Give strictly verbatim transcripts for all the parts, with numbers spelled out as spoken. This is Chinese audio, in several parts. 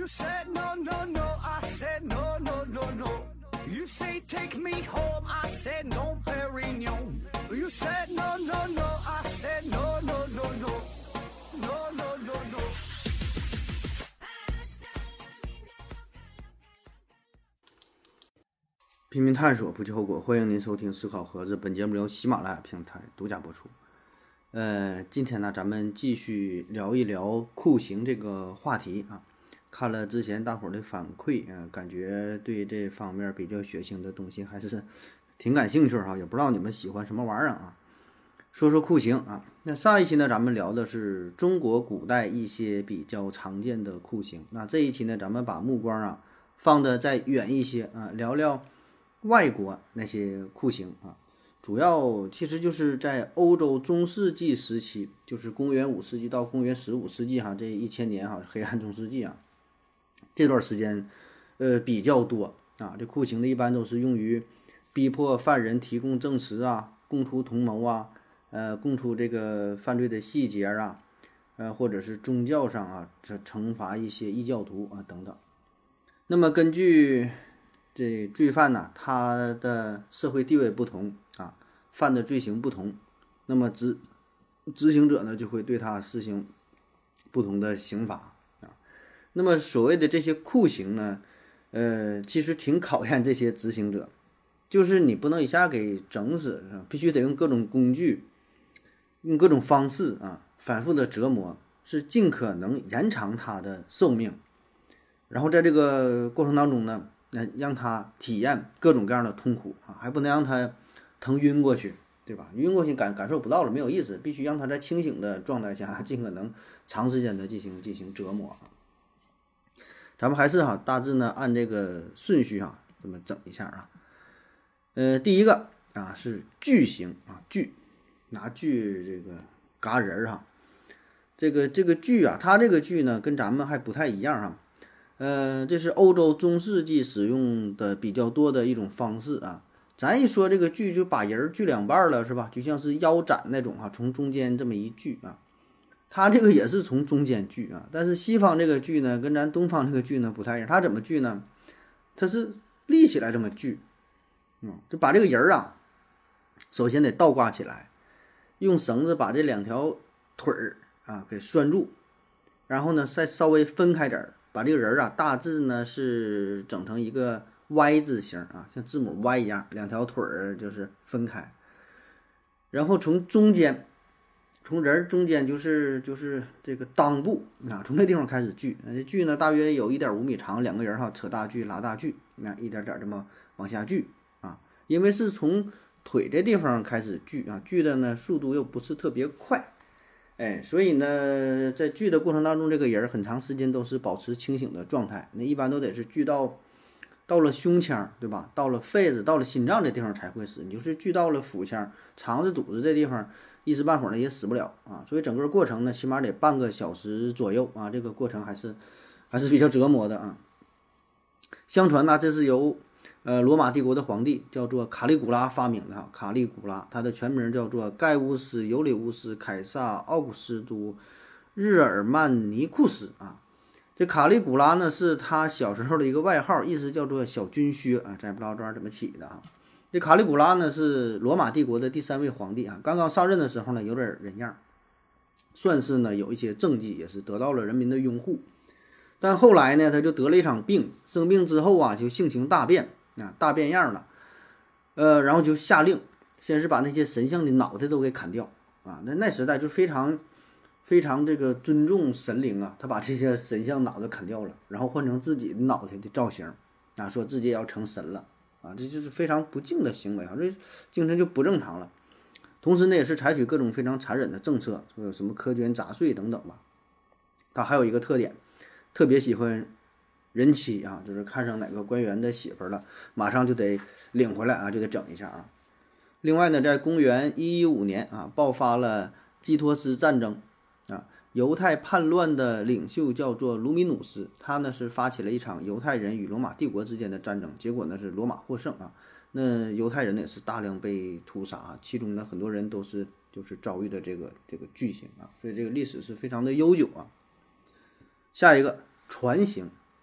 said no no no, I said no no no no. You say take me home, I said no, Perignon. You said no no no, I said no no no no no no no no. 拼命探索，不计后果。欢迎您收听思考盒子，本节目由喜马拉雅平台独家播出。呃，今天呢，咱们继续聊一聊酷刑这个话题啊。看了之前大伙儿的反馈啊、呃，感觉对这方面比较血腥的东西还是挺感兴趣哈、啊。也不知道你们喜欢什么玩意儿啊？说说酷刑啊。那上一期呢，咱们聊的是中国古代一些比较常见的酷刑。那这一期呢，咱们把目光啊放得再远一些啊，聊聊外国那些酷刑啊。主要其实就是在欧洲中世纪时期，就是公元五世纪到公元十五世纪哈，这一千年哈，黑暗中世纪啊，这段时间，呃比较多啊。这酷刑的一般都是用于逼迫犯人提供证词啊，供出同谋啊，呃，供出这个犯罪的细节啊，呃，或者是宗教上啊，这惩罚一些异教徒啊等等。那么根据这罪犯呢、啊，他的社会地位不同啊，犯的罪行不同，那么执执行者呢就会对他实行不同的刑罚啊。那么所谓的这些酷刑呢，呃，其实挺考验这些执行者，就是你不能一下给整死，必须得用各种工具，用各种方式啊，反复的折磨，是尽可能延长他的寿命。然后在这个过程当中呢，那让他体验各种各样的痛苦啊，还不能让他疼晕过去，对吧？晕过去感感受不到了，没有意思，必须让他在清醒的状态下，尽可能长时间的进行进行折磨啊。咱们还是哈，大致呢按这个顺序哈，这么整一下啊。呃，第一个啊是锯刑啊，锯，拿锯这个嘎人哈。这个这个锯啊，它这个锯呢跟咱们还不太一样哈。呃，这是欧洲中世纪使用的比较多的一种方式啊。咱一说这个锯，就把人锯两半了，是吧？就像是腰斩那种啊，从中间这么一锯啊。它这个也是从中间锯啊，但是西方这个锯呢，跟咱东方这个锯呢不太一样。它怎么锯呢？它是立起来这么锯，嗯，就把这个人啊，首先得倒挂起来，用绳子把这两条腿儿啊给拴住，然后呢再稍微分开点儿。把这个人啊，大致呢是整成一个 Y 字形啊，像字母 Y 一样，两条腿儿就是分开，然后从中间，从人中间就是就是这个裆部啊，从这地方开始锯，这锯呢大约有一点五米长，两个人哈扯大锯拉大锯，那一点点这么往下锯啊，因为是从腿这地方开始锯啊，锯的呢速度又不是特别快。哎，所以呢，在锯的过程当中，这个人很长时间都是保持清醒的状态。那一般都得是锯到到了胸腔，对吧？到了肺子、到了心脏这地方才会死。你就是锯到了腹腔、肠子、肚子这地方，一时半会儿呢也死不了啊。所以整个过程呢，起码得半个小时左右啊。这个过程还是还是比较折磨的啊。相传呢，这是由呃，罗马帝国的皇帝叫做卡利古拉发明的哈，卡利古拉，他的全名叫做盖乌斯·尤里乌斯·凯撒·奥古斯都·日耳曼尼库斯啊。这卡利古拉呢，是他小时候的一个外号，意思叫做小军靴啊，咱也不知道这玩意儿怎么起的啊。这卡利古拉呢，是罗马帝国的第三位皇帝啊，刚刚上任的时候呢，有点人样，算是呢有一些政绩，也是得到了人民的拥护。但后来呢，他就得了一场病，生病之后啊，就性情大变。啊，大变样了，呃，然后就下令，先是把那些神像的脑袋都给砍掉啊。那那时代就非常非常这个尊重神灵啊，他把这些神像脑袋砍掉了，然后换成自己的脑袋的造型啊，说自己也要成神了啊，这就是非常不敬的行为啊，这精神就不正常了。同时呢，也是采取各种非常残忍的政策，说有什么苛捐杂税等等吧。他还有一个特点，特别喜欢人妻啊，就是看上哪个官员的媳妇了，马上就得领回来啊，就得整一下啊。另外呢，在公元一一五年啊，爆发了基托斯战争啊，犹太叛乱的领袖叫做卢米努斯，他呢是发起了一场犹太人与罗马帝国之间的战争，结果呢是罗马获胜啊。那犹太人呢也是大量被屠杀啊，其中呢很多人都是就是遭遇的这个这个巨刑啊，所以这个历史是非常的悠久啊。下一个船刑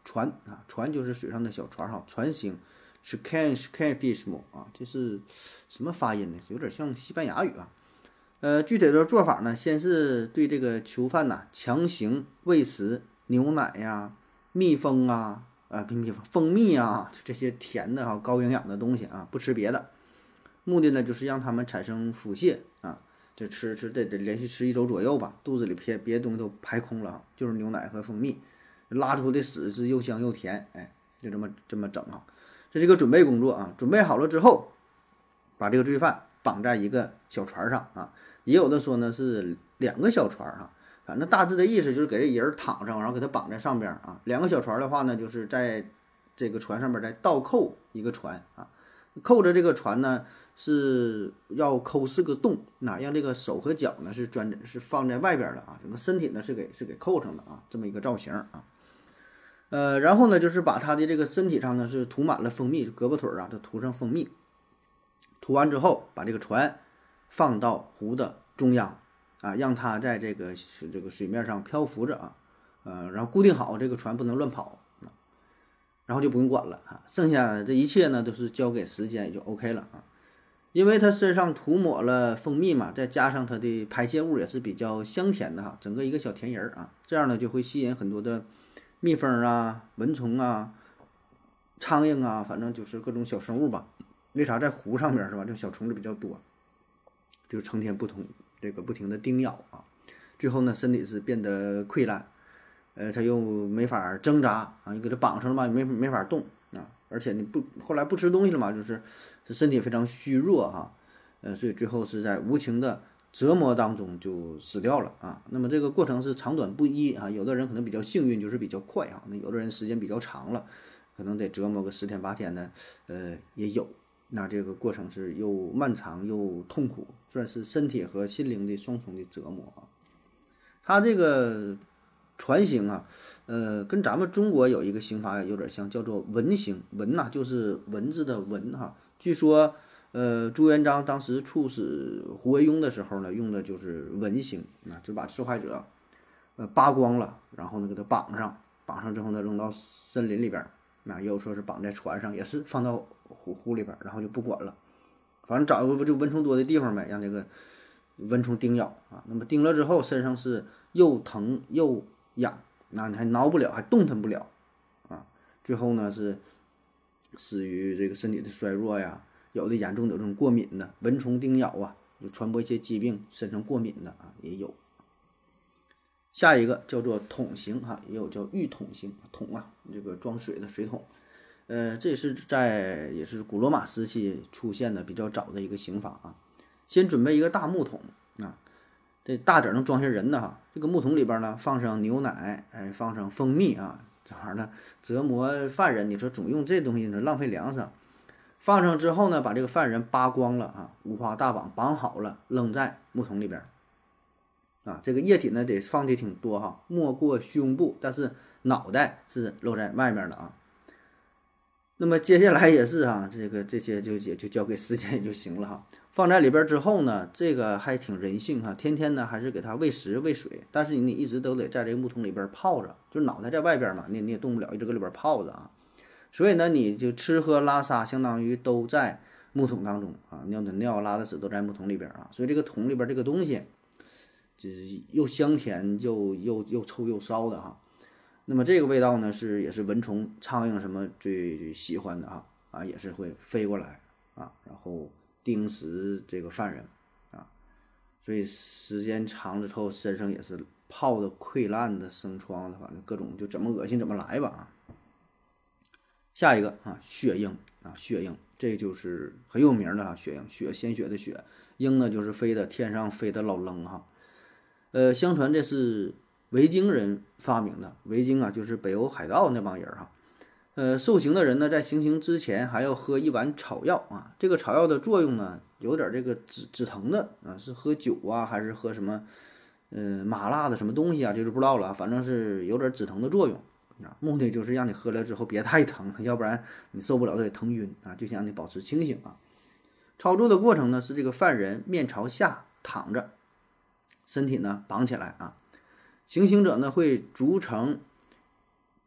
船啊，船就是水上的小船哈，船星是 can是 can fish 啊，这是什么发音呢？有点像西班牙语啊。呃，具体的做法呢，先是对这个囚犯呐强行喂食牛奶呀、蜜蜂啊、啊不蜜蜂蜂蜜啊这些甜的哈高营养的东西啊，不吃别的，目的呢就是让他们产生腹泻啊，这吃吃得得连续吃一周左右吧，肚子里别别的东西都排空了，就是牛奶和蜂蜜，拉出的屎是又香又甜，哎，就这么这么整啊。这是一个准备工作啊，准备好了之后，把这个罪犯绑在一个小船上啊，也有的说呢是两个小船啊，反正大致的意思就是给这人躺上，然后给他绑在上边啊。两个小船的话呢，就是在这个船上边再倒扣一个船啊，扣着这个船呢是要抠四个洞，那让这个手和脚呢是专是放在外边的啊，整个身体呢是给是给扣上的啊，这么一个造型啊。呃，然后呢，就是把他的这个身体上呢是涂满了蜂蜜，胳膊腿啊，就涂上蜂蜜。涂完之后，把这个船放到湖的中央啊，让它在这个这个水面上漂浮着啊，呃，然后固定好这个船不能乱跑，然后就不用管了啊。剩下这一切呢都是交给时间也就 OK 了啊。因为他身上涂抹了蜂蜜嘛，再加上它的排泄物也是比较香甜的哈，整个一个小甜人儿啊，这样呢就会吸引很多的蜜蜂啊、蚊虫啊、苍蝇啊，反正就是各种小生物吧。为啥在湖上面是吧？这小虫子比较多，就成天不同这个不停的叮咬啊。最后呢，身体是变得溃烂，呃，他又没法挣扎啊，你给他绑上了嘛，没没法动啊。而且你不后来不吃东西了嘛，就是是身体非常虚弱哈，呃，所以最后是在无情的折磨当中就死掉了啊。那么这个过程是长短不一啊，有的人可能比较幸运，就是比较快啊，那有的人时间比较长了，可能得折磨个十天八天的，呃，也有。那这个过程是又漫长又痛苦，算是身体和心灵的双重的折磨啊。他这个船刑啊，呃，跟咱们中国有一个刑罚有点像，叫做蚊刑。蚊呐、啊，就是蚊子的蚊哈。据说，呃，朱元璋当时处死胡惟庸的时候呢，用的就是蚊刑啊，就把受害者呃扒光了，然后呢给他绑上，绑上之后呢扔到森林里边，那也有说是绑在船上，也是放到湖湖里边，然后就不管了，反正找一个就蚊虫多的地方呗，让这个蚊虫叮咬啊。那么叮了之后，身上是又疼又痒，那你还挠不了，还动弹不了啊。最后呢是死于这个身体的衰弱呀，有的严重的有这种过敏的蚊虫叮咬啊，就传播一些疾病，身上过敏的啊也有。下一个叫做桶刑哈，也有叫浴桶刑，桶啊，这个装水的水桶。呃，这是在也是古罗马时期出现的比较早的一个刑法啊。先准备一个大木桶啊，这大点能装下人的哈。这个木桶里边呢放上牛奶，哎，放上蜂蜜啊，这玩意儿呢折磨犯人，你说总用这东西呢浪费粮食。放上之后呢，把这个犯人扒光了啊，五花大绑绑好了，扔在木桶里边啊。这个液体呢得放的挺多哈，没过胸部，但是脑袋是露在外面的啊。那么接下来也是啊，这个这些就也就交给时间就行了哈。放在里边之后呢，这个还挺人性哈，天天呢还是给它喂食喂水，但是你一直都得在这个木桶里边泡着，就是脑袋在外边嘛，你你也动不了，一直搁里边泡着啊。所以呢，你就吃喝拉撒相当于都在木桶当中啊，尿的尿拉的屎都在木桶里边啊，所以这个桶里边这个东西，就是又香甜又又又臭又骚的哈。那么这个味道呢，是也是蚊虫、苍蝇什么最喜欢的啊啊，也是会飞过来啊，然后叮食这个犯人啊，所以时间长了之后，身上也是泡的溃烂的、生疮的，反正各种就怎么恶心怎么来吧啊。下一个啊，血鹰啊，血鹰，这就是很有名的哈，血鹰，血鲜血的血，鹰呢就是飞的天上飞的老扔哈，呃，相传这是维京人发明的，维京啊就是北欧海盗那帮人哈，呃，受刑的人呢在行刑之前还要喝一碗草药啊，这个草药的作用呢有点这个止止疼的啊，是喝酒啊还是喝什么呃麻辣的什么东西啊，这就不知道了，反正是有点止疼的作用啊，目的就是让你喝了之后别太疼，要不然你受不了得疼晕啊，就想让你保持清醒啊。操作的过程呢是这个犯人面朝下躺着，身体呢绑起来啊。行刑者呢会逐层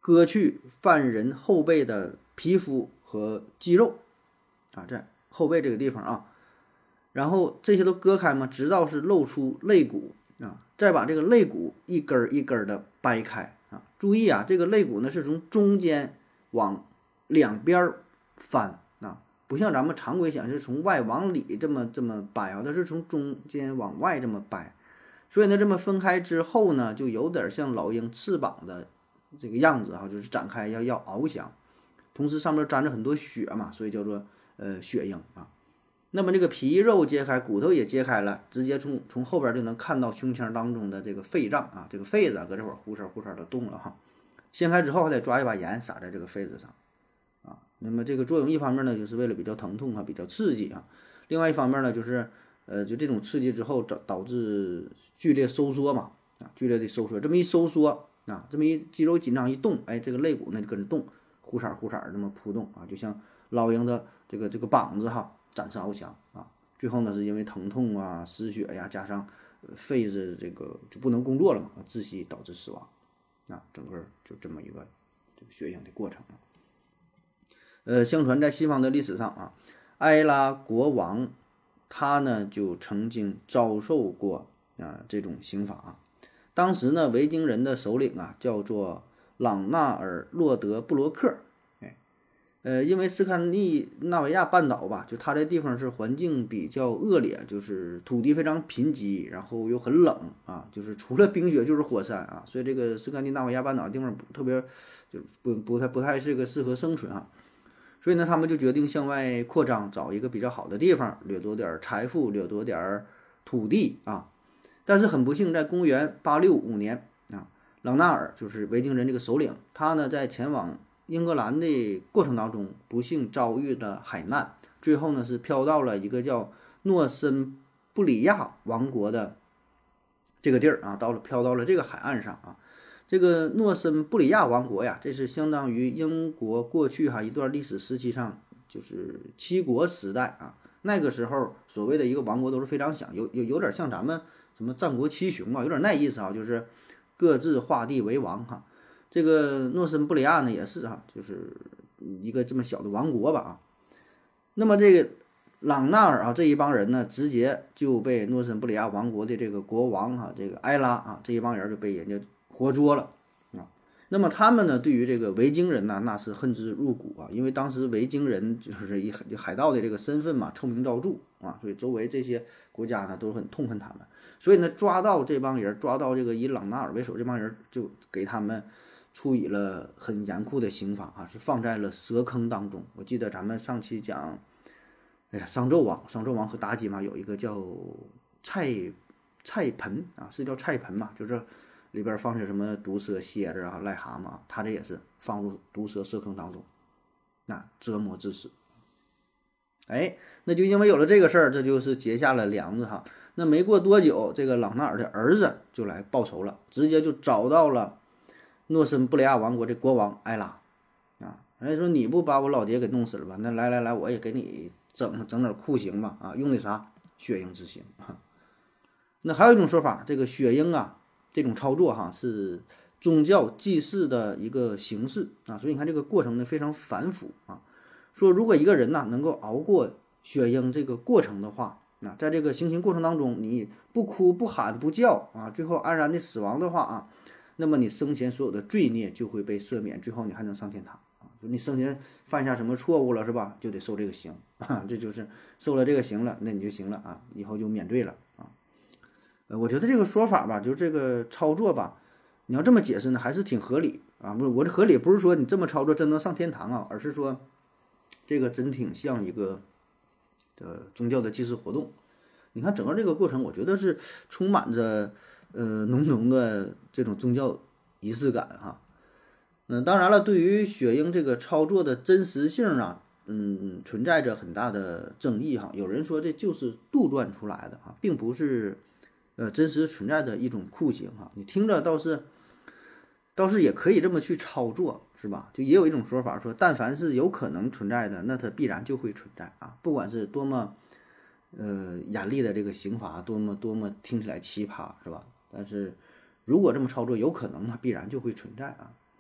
割去犯人后背的皮肤和肌肉啊，在后背这个地方啊，然后这些都割开嘛，直到是露出肋骨啊，再把这个肋骨一根儿一根儿的掰开啊。注意啊，这个肋骨呢是从中间往两边翻啊，不像咱们常规想是从外往里这么这么掰啊，它是从中间往外这么掰。所以呢，这么分开之后呢，就有点像老鹰翅膀的这个样子哈，就是展开要要翱翔，同时上面沾着很多血嘛，所以叫做呃血鹰啊。那么这个皮肉揭开，骨头也揭开了，直接从从后边就能看到胸腔当中的这个肺脏啊，这个肺子啊，搁这会儿呼哧呼哧的动了哈。掀开之后还得抓一把盐撒在这个肺子上啊。那么这个作用一方面呢，就是为了比较疼痛啊，比较刺激啊；另外一方面呢，就是呃，就这种刺激之后导导致剧烈收缩嘛啊，剧烈的收缩，这么一收缩啊，这么一肌肉紧张一动，哎，这个肋骨呢就跟着动，呼哧呼哧这么扑动啊，就像老鹰的这个这个膀子哈。展翅翱翔啊，最后呢是因为疼痛啊、失血呀，加上肺子这个就不能工作了嘛，窒息导致死亡啊，整个就这么一个这个血鹰的过程。呃，相传在西方的历史上啊，埃拉国王他呢就曾经遭受过啊这种刑罚啊。当时呢，维京人的首领啊叫做朗纳尔洛德布罗克。呃，因为斯堪的纳维亚半岛吧，就它这地方是环境比较恶劣，就是土地非常贫瘠，然后又很冷啊，就是除了冰雪就是火山啊，所以这个斯堪的纳维亚半岛的地方特别就不不太不太是个适合生存啊，所以呢，他们就决定向外扩张，找一个比较好的地方，掠夺点财富，掠夺点土地啊。但是很不幸，在公元八六五年啊，朗纳尔就是维京人这个首领，他呢在前往英格兰的过程当中，不幸遭遇了海难，最后呢是飘到了一个叫诺森布里亚王国的这个地儿啊，到了飘到了这个海岸上啊。这个诺森布里亚王国呀，这是相当于英国过去哈一段历史时期上就是七国时代啊，那个时候所谓的一个王国都是非常小，有有有点像咱们什么战国七雄啊，有点那意思啊，就是各自划地为王哈。这个诺森布里亚呢也是哈，就是一个这么小的王国吧啊。那么这个朗纳尔啊这一帮人呢，直接就被诺森布里亚王国的这个国王哈，这个埃拉啊这一帮人就被人家活捉了啊。那么他们呢，对于这个维京人呢，那是恨之入骨啊，因为当时维京人就是以海盗的这个身份嘛，臭名昭著啊，所以周围这些国家呢都很痛恨他们。所以呢，抓到这帮人，抓到这个以朗纳尔为首这帮人，就给他们处以了很严酷的刑罚啊，是放在了蛇坑当中。我记得咱们上期讲，哎呀，商纣王，商纣王和妲己嘛，有一个叫菜菜盆啊，是叫菜盆嘛，就是里边放些什么毒蛇、蝎子啊、癞蛤蟆，他这也是放入毒蛇蛇坑当中，那折磨致死。哎，那就因为有了这个事儿，这就是结下了梁子哈。那没过多久，这个朗纳尔的儿子就来报仇了，直接就找到了诺森布里亚王国这国王埃拉啊，人家说你不把我老爹给弄死了吧？那来来来，我也给你整整点酷刑吧啊，用的啥血鹰之刑啊。那还有一种说法，这个血鹰啊，这种操作哈是宗教祭祀的一个形式啊，所以你看这个过程呢非常繁复啊。说如果一个人呐能够熬过血鹰这个过程的话，那在这个行刑过程当中，你不哭不喊不叫啊，最后安然的死亡的话啊，那么你生前所有的罪孽就会被赦免，最后你还能上天堂啊。就你生前犯下什么错误了是吧，就得受这个刑啊，这就是受了这个刑了，那你就行了啊，以后就免罪了啊。呃，我觉得这个说法吧，就这个操作吧，你要这么解释呢，还是挺合理啊。不是我这合理不是说你这么操作真能上天堂啊，而是说这个真挺像一个的宗教的祭祀活动。你看整个这个过程，我觉得是充满着呃浓浓的这种宗教仪式感哈。嗯，当然了，对于血鹰这个操作的真实性啊，嗯，存在着很大的争议哈。有人说这就是杜撰出来的哈，并不是呃真实存在的一种酷刑哈。你听着倒是倒是也可以这么去操作，是吧？就也有一种说法说，但凡是有可能存在的，那它必然就会存在啊，不管是多么呃严厉的这个刑罚，多么多么听起来奇葩，是吧？但是如果这么操作有可能，它必然就会存在啊。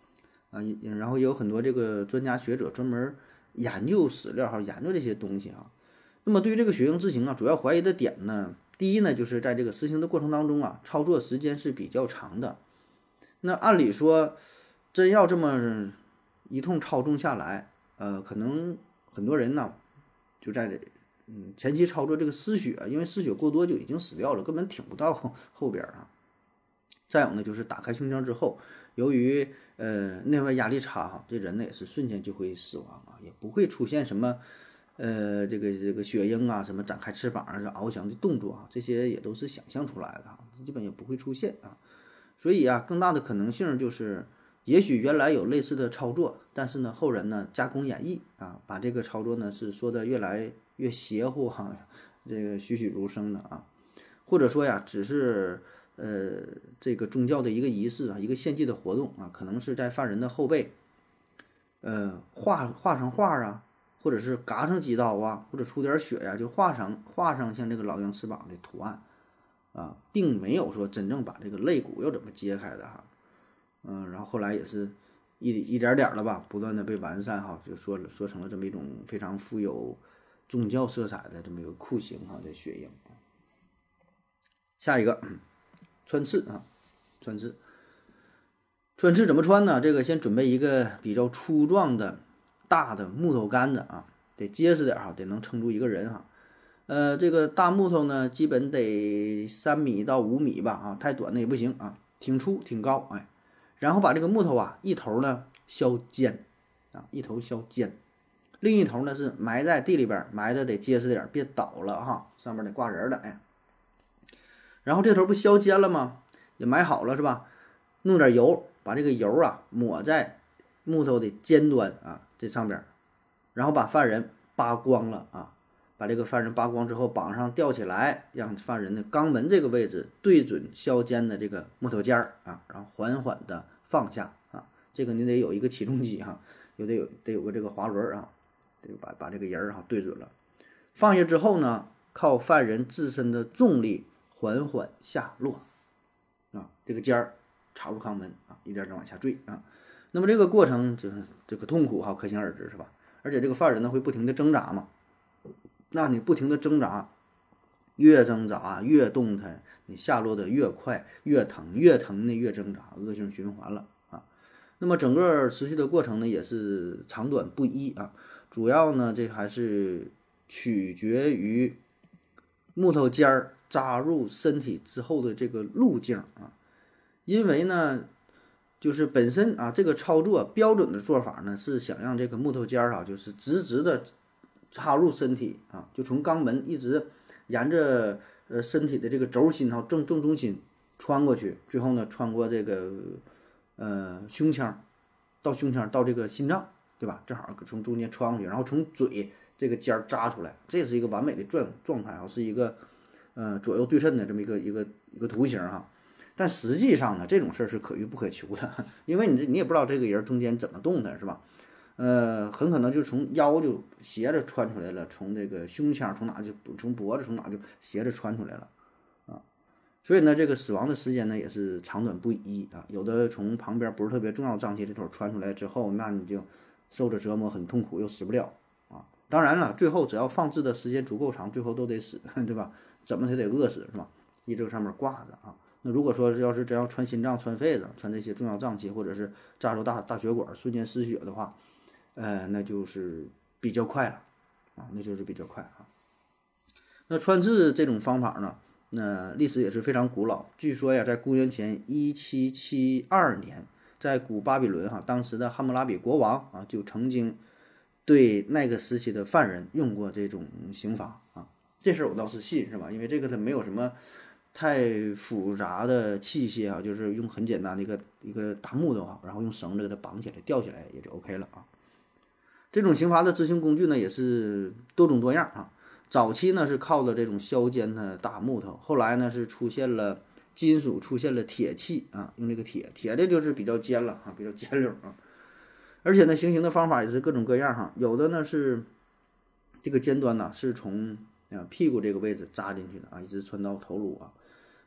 啊，然后也有很多这个专家学者专门研究史料哈，研究这些东西啊。那么对于这个血鹰自行啊，主要怀疑的点呢，第一呢，就是在这个实行的过程当中啊，操作时间是比较长的。那按理说，真要这么一通操纵下来，呃，可能很多人呢就在嗯前期操作这个失血，因为失血过多就已经死掉了，根本挺不到后后边啊。再有呢，就是打开胸腔之后，由于呃内外压力差哈，这人呢也是瞬间就会死亡啊，也不会出现什么呃这个这个血鹰啊，什么展开翅膀啊、翱翔的动作啊，这些也都是想象出来的哈，基本也不会出现啊。所以啊，更大的可能性就是，也许原来有类似的操作，但是呢，后人呢加工演绎啊，把这个操作呢是说的越来越邪乎哈，这个栩栩如生的啊，或者说呀，只是。呃，这个宗教的一个仪式啊，一个献祭的活动啊，可能是在犯人的后背，呃，画画上画啊，或者是嘎上几刀啊，或者出点血呀、啊，就画上画上像这个老鹰翅膀的图案啊，并没有说真正把这个肋骨要怎么揭开的哈，嗯、呃，然后后来也是一一点点的吧，不断的被完善哈，就说说成了这么一种非常富有宗教色彩的这么一个酷刑哈，这血鹰。下一个。穿刺啊，穿刺，穿刺怎么穿呢？这个先准备一个比较粗壮的、大的木头杆子啊，得结实点哈，得能撑住一个人哈。呃，这个大木头呢，基本得三米到五米吧啊，太短的也不行啊，挺粗挺高哎。然后把这个木头啊，一头呢削尖啊，一头削尖，另一头呢是埋在地里边，埋的得结实点，别倒了哈，上面得挂人的哎。然后这头不削尖了吗？也埋好了是吧？弄点油，把这个油啊抹在木头的尖端啊这上边，然后把犯人扒光了啊，把这个犯人扒光之后绑上吊起来，让犯人的肛门这个位置对准削尖的这个木头尖儿啊，然后缓缓的放下啊。这个你得有一个起重机哈、啊，有得有得有个这个滑轮啊，得把把这个人儿哈对准了。放下之后呢，靠犯人自身的重力。缓缓下落，啊，这个尖儿插入肛门啊，一点点往下坠啊。那么这个过程就是这个痛苦哈，可想而知是吧？而且这个犯人呢会不停的挣扎嘛，那你不停的挣扎，越挣扎越动弹，你下落的越快，越疼，越疼的越挣扎，恶性循环了啊。那么整个持续的过程呢也是长短不一啊，主要呢这还是取决于木头尖儿。扎入身体之后的这个路径啊，因为呢，就是本身啊，这个操作标准的做法呢，是想让这个木头尖儿啊，就是直直的插入身体啊，就从肛门一直沿着呃身体的这个轴心哈正正中心穿过去，最后呢穿过这个呃胸腔，到胸腔到这个心脏，对吧？正好从中间穿过去，然后从嘴这个尖儿扎出来，这是一个完美的状状态啊，是一个。呃，左右对称的这么一个一个一个图形哈，但实际上呢，这种事儿是可遇不可求的，因为你这你也不知道这个人中间怎么动的，是吧？呃，很可能就从腰就斜着穿出来了，从这个胸腔从哪就从脖子从哪就斜着穿出来了啊，所以呢，这个死亡的时间呢也是长短不一啊，有的从旁边不是特别重要脏器这头穿出来之后，那你就受着折磨很痛苦又死不了啊。当然了，最后只要放置的时间足够长，最后都得死，对吧？怎么他得饿死是吧？一直上面挂着啊。那如果说要是真要穿心脏、穿肺子、穿这些重要脏器，或者是扎入大大血管、瞬间失血的话，呃，那就是比较快了啊，那就是比较快啊。那穿刺这种方法呢，那历史也是非常古老。据说呀，在公元前一七七二年，在古巴比伦哈，当时的汉谟拉比国王啊，就曾经对那个时期的犯人用过这种刑罚啊。这事儿我倒是信，是吧？因为这个它没有什么太复杂的器械啊，就是用很简单的一个一个大木头啊，然后用绳子给它绑起来，吊起来也就 OK 了啊。这种刑罚的执行工具呢，也是多种多样啊。早期呢是靠的这种削尖的大木头，后来呢是出现了金属，出现了铁器啊，用这个铁铁的就是比较尖了啊，比较尖溜啊。而且呢，行刑的方法也是各种各样哈，有的呢是这个尖端呢是从啊，屁股这个位置扎进去的啊，一直穿到头颅啊。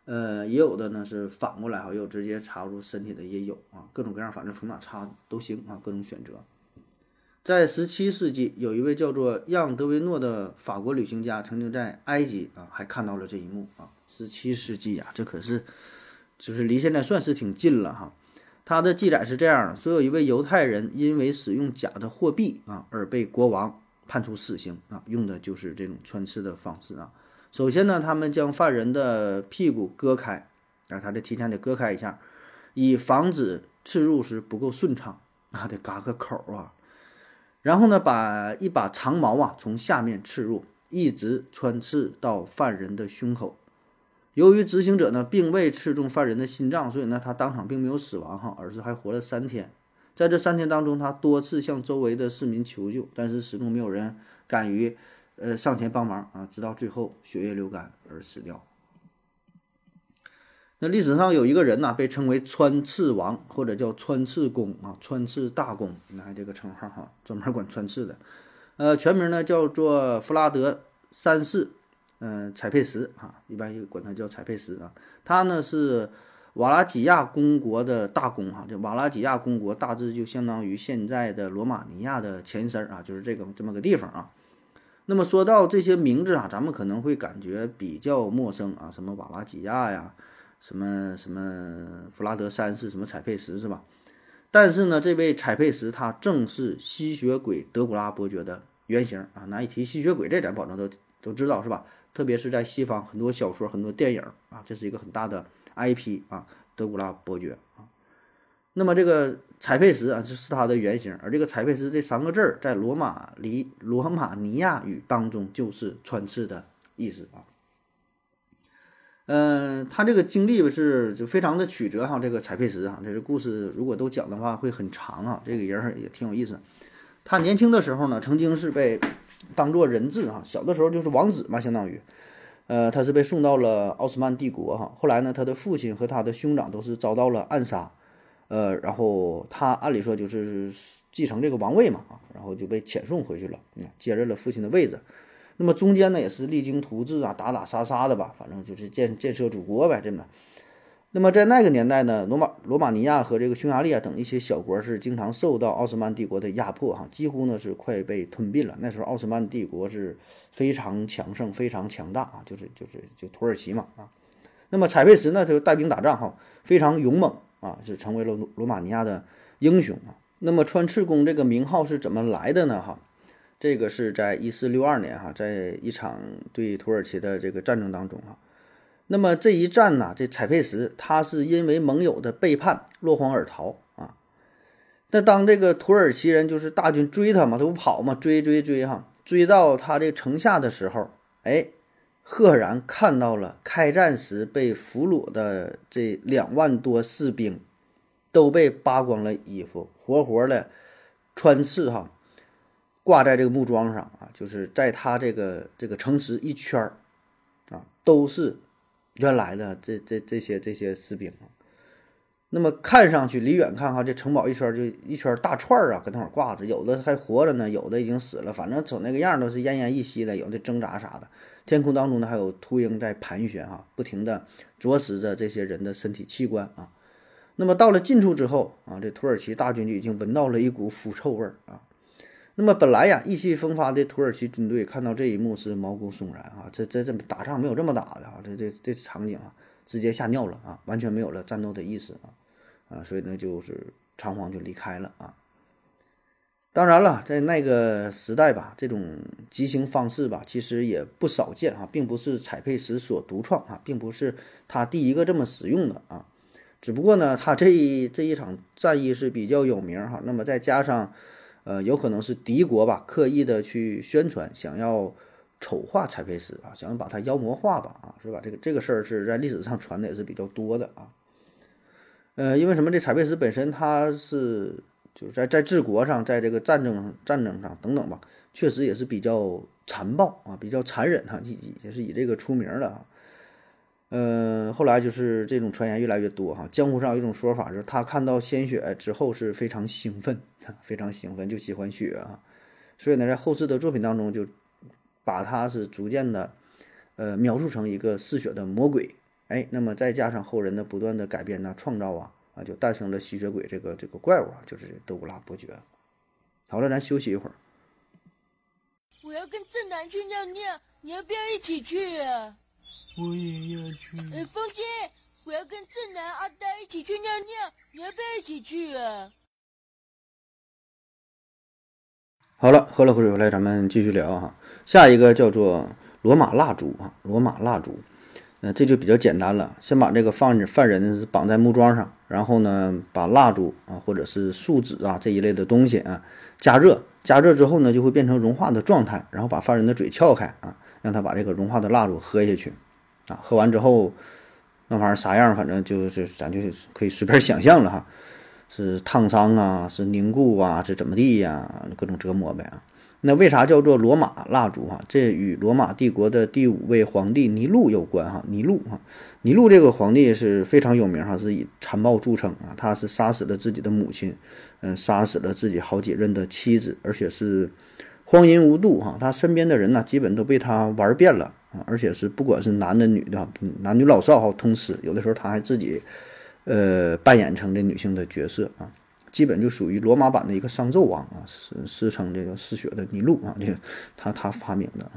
呃，也有的呢是反过来哈，也有直接插入身体的也有啊，各种各样，反正从哪插都行啊，各种选择。在十七世纪，有一位叫做让·德维诺的法国旅行家，曾经在埃及啊还看到了这一幕啊。十七世纪呀、啊，这可是就是离现在算是挺近了哈。他的记载是这样的：说有一位犹太人因为使用假的货币啊而被国王判处死刑啊，用的就是这种穿刺的方式啊。首先呢，他们将犯人的屁股割开啊，他得提前得割开一下，以防止刺入时不够顺畅啊，得嘎个口啊。然后呢，把一把长矛啊从下面刺入，一直穿刺到犯人的胸口。由于执行者呢并未刺中犯人的心脏，所以呢他当场并没有死亡哈，而是还活了三天。在这三天当中，他多次向周围的市民求救，但是始终没有人敢于呃上前帮忙啊，直到最后血液流干而死掉。那历史上有一个人呢，被称为穿刺王或者叫穿刺公啊，穿刺大公，那还这个称号哈，专门管穿刺的。呃，全名呢叫做弗拉德三世，呃，采佩什啊，一般管他叫采佩什啊。他呢是瓦拉几亚公国的大公哈，这瓦拉几亚公国大致就相当于现在的罗马尼亚的前身啊，就是这个这么个地方啊。那么说到这些名字啊，咱们可能会感觉比较陌生啊，什么瓦拉几亚呀。什么什么弗拉德三世，什么采佩什是吧？但是呢，这位采佩什他正是吸血鬼德古拉伯爵的原型啊！哪一提吸血鬼，这咱保证都都知道是吧？特别是在西方很多小说、很多电影啊，这是一个很大的 I P 啊，德古拉伯爵啊。那么这个采佩什啊，这是他的原型，而这个采佩什这三个字儿在罗马里罗马尼亚语当中就是穿刺的意思啊。嗯、呃，他这个经历是就非常的曲折哈，这个采佩什啊，这个故事如果都讲的话会很长啊，这个人也挺有意思。他年轻的时候呢，曾经是被当做人质哈，小的时候就是王子嘛，相当于，呃，他是被送到了奥斯曼帝国哈。后来呢，他的父亲和他的兄长都是遭到了暗杀，呃，然后他按理说就是继承这个王位嘛啊，然后就被遣送回去了，嗯，接任了父亲的位置。那么中间呢，也是励精图治啊，打打杀杀的吧，反正就是建建设祖国呗，这么。那么在那个年代呢，罗马罗马尼亚和这个匈牙利啊等一些小国是经常受到奥斯曼帝国的压迫哈，几乎呢是快被吞并了。那时候奥斯曼帝国是非常强盛、非常强大啊，就是就是就土耳其嘛啊。那么采佩什呢，他就带兵打仗哈，非常勇猛啊，是成为了罗马尼亚的英雄啊。那么穿刺弓这个名号是怎么来的呢？哈？这个是在一四六二年哈，在一场对土耳其的这个战争当中哈，那么这一战呢，这采佩什他是因为盟友的背叛落荒而逃啊。那当这个土耳其人就是大军追他嘛，他不跑嘛，追追追哈，追到他这城下的时候，哎，赫然看到了开战时被俘虏的这两万多士兵都被扒光了衣服，活活的穿刺哈。挂在这个木桩上啊，就是在他这个这个城池一圈儿啊，都是原来的这这这些这些士兵啊。那么看上去离远看哈，这城堡一圈就一圈大串儿啊，搁那会儿挂着，有的还活着呢，有的已经死了，反正瞅那个样都是奄奄一息的，有的挣扎啥的。天空当中呢还有秃鹰在盘旋哈，不停的啄食着这些人的身体器官啊。那么到了近处之后啊，这土耳其大军就已经闻到了一股腐臭味儿啊。那么本来呀意气风发的土耳其军队看到这一幕是毛骨悚然啊，这这这打仗没有这么打的啊，这这这场景啊，直接吓尿了啊，完全没有了战斗的意思啊啊，所以呢就是仓皇就离开了啊。当然了，在那个时代吧，这种极刑方式吧，其实也不少见啊，并不是采佩什所独创啊，并不是他第一个这么使用的啊，只不过呢，他这一这一场战役是比较有名哈，那么再加上。呃，有可能是敌国吧，刻意的去宣传，想要丑化采佩什啊，想要把它妖魔化吧，啊，是吧？这个这个事儿是在历史上传的也是比较多的啊。呃，因为什么？这采佩什本身他是就是在在治国上，在这个战争战争上等等吧，确实也是比较残暴啊，比较残忍哈，也也是以这个出名的啊。呃，后来就是这种传言越来越多哈。江湖上有一种说法，就是他看到鲜血之后是非常兴奋，非常兴奋，就喜欢血啊。所以呢，在后世的作品当中，就把他是逐渐的，呃，描述成一个嗜血的魔鬼， 哎，那么再加上后人的不断的改编呐、创造啊，啊，就诞生了吸血鬼这个这个怪物啊，就是德古拉伯爵。好了，咱休息一会儿。 我要跟正南去尿尿，你要不要一起去啊？ 我也要去。 呃，风姐，我要跟正南、阿呆一起去尿尿，你要不要一起去啊？ 好了，喝了口水回来，咱们继续聊哈。下一个叫做罗马蜡烛啊，罗马蜡烛。呃，这就比较简单了，先把这个犯犯人绑在木桩上，然后呢，把蜡烛啊或者是树脂啊这一类的东西啊加热，加热之后呢就会变成融化的状态，然后把犯人的嘴撬开啊，让他把这个融化的蜡烛喝下去啊，喝完之后那玩意儿啥样，反正就是咱就可以随便想象了哈，是烫伤啊，是凝固啊，是怎么地呀、啊，各种折磨呗啊。那为啥叫做罗马蜡烛哈？这与罗马帝国的第五位皇帝尼禄有关哈。尼禄哈，尼禄这个皇帝是非常有名哈，是以残暴著称啊。他是杀死了自己的母亲，嗯、呃，杀死了自己好几任的妻子，而且是荒淫无度哈。他身边的人呢，基本都被他玩遍了啊，而且是不管是男的女的，男女老少哈通吃。有的时候他还自己呃扮演成这女性的角色啊。基本就属于罗马版的一个商纣王啊，是师承这个嗜血的尼禄啊，这个他他发明的啊。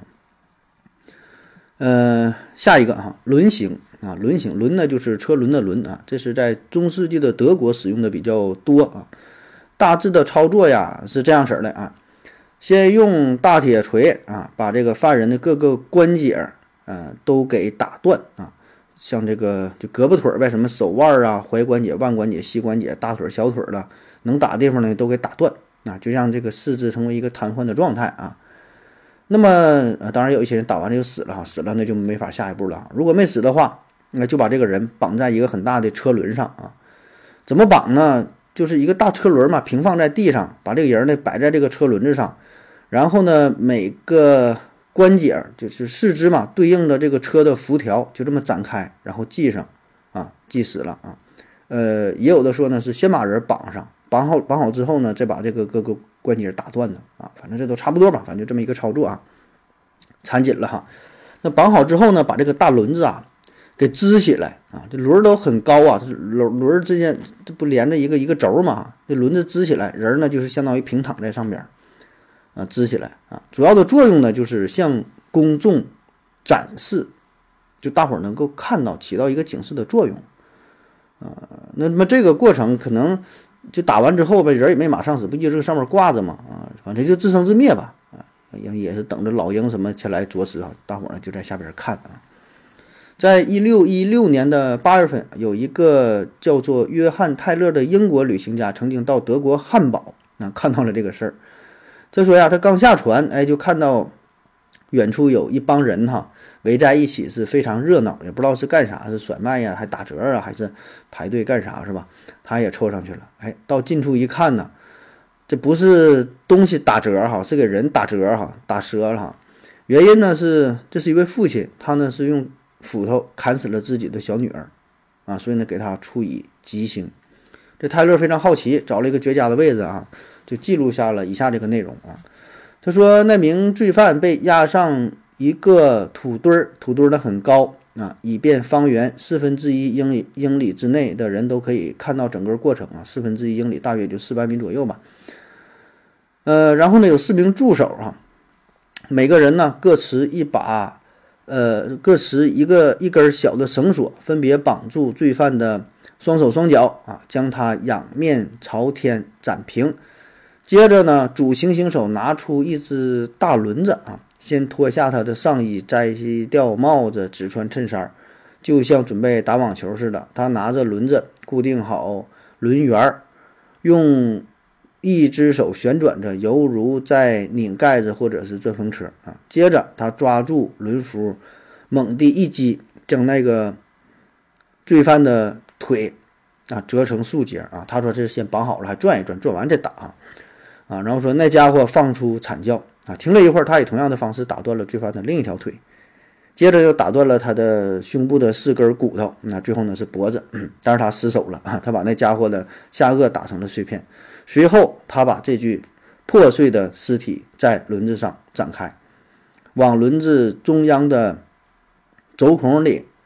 呃，下一个哈，轮刑啊，轮刑，轮呢就是车轮的轮啊，这是在中世纪的德国使用的比较多啊。大致的操作呀是这样式的啊，先用大铁锤啊把这个犯人的各个关节啊、呃、都给打断啊。像这个就胳膊腿儿呗，什么手腕啊、踝关节、腕关节、膝关节、大腿、小腿的，能打的地方呢都给打断啊，就让这个四肢成为一个瘫痪的状态啊。那么呃，当然有一些人打完就死了哈，死了那就没法下一步了。如果没死的话，那就把这个人绑在一个很大的车轮上啊。怎么绑呢？就是一个大车轮嘛，平放在地上，把这个人呢摆在这个车轮子上，然后呢每个关节就是四肢嘛，对应的这个车的辐条就这么展开，然后系上啊，系死了啊。呃，也有的说呢是先把人绑上，绑好绑好之后呢，再把这个各个关节打断的啊，反正这都差不多吧，反正就这么一个操作啊。缠紧了哈，那绑好之后呢，把这个大轮子啊给支起来啊，这轮都很高啊，这轮轮之间这不连着一个一个轴嘛，这轮子支起来，人呢就是相当于平躺在上边。啊，支起来啊，主要的作用呢，就是向公众展示，就大伙儿能够看到，起到一个警示的作用啊。那么这个过程可能就打完之后呗，人也没马上死，不就这个上面挂着嘛啊，反正就自生自灭吧啊，也也是等着老鹰什么前来啄食啊，大伙儿呢就在下边看啊。在一六一六年的八月份，有一个叫做约翰泰勒的英国旅行家曾经到德国汉堡啊，看到了这个事儿。他说呀，他刚下船，哎，就看到远处有一帮人哈围在一起，是非常热闹，也不知道是干啥，是甩卖呀，还打折啊，还是排队干啥是吧？他也凑上去了，哎，到近处一看呢，这不是东西打折哈，是给人打折哈，打折了哈。原因呢是这是一位父亲，他呢是用斧头砍死了自己的小女儿啊，所以呢给他处以极刑。这泰勒非常好奇，找了一个绝佳的位置啊。就记录下了以下这个内容啊，他说那名罪犯被压上一个土堆儿，土堆儿呢很高啊，以便方圆四分之一英里英里之内的人都可以看到整个过程啊，四分之一英里大约就四百米左右吧。呃，然后呢有四名助手啊，每个人呢各持一把，呃，各持一个一根小的绳索，分别绑住罪犯的双手双脚啊，将他仰面朝天展平。接着呢，主行刑手拿出一只大轮子啊，先脱下他的上衣，摘掉帽子，只穿衬衫，就像准备打网球似的。他拿着轮子固定好轮圆，用一只手旋转着，犹如在拧盖子或者是转风车啊。接着他抓住轮辐，猛地一击，将那个罪犯的腿啊折成数节啊。他说这先绑好了，还转一转，转完再打啊。啊，然后说那家伙放出惨叫啊，停了一会儿，他以同样的方式打断了罪犯的另一条腿，接着又打断了他的胸部的四根骨头，那最后呢是脖子，嗯、但是他失手了啊，他把那家伙的下颚打成了碎片，随后他把这具破碎的尸体在轮子上展开，往轮子中央的轴孔里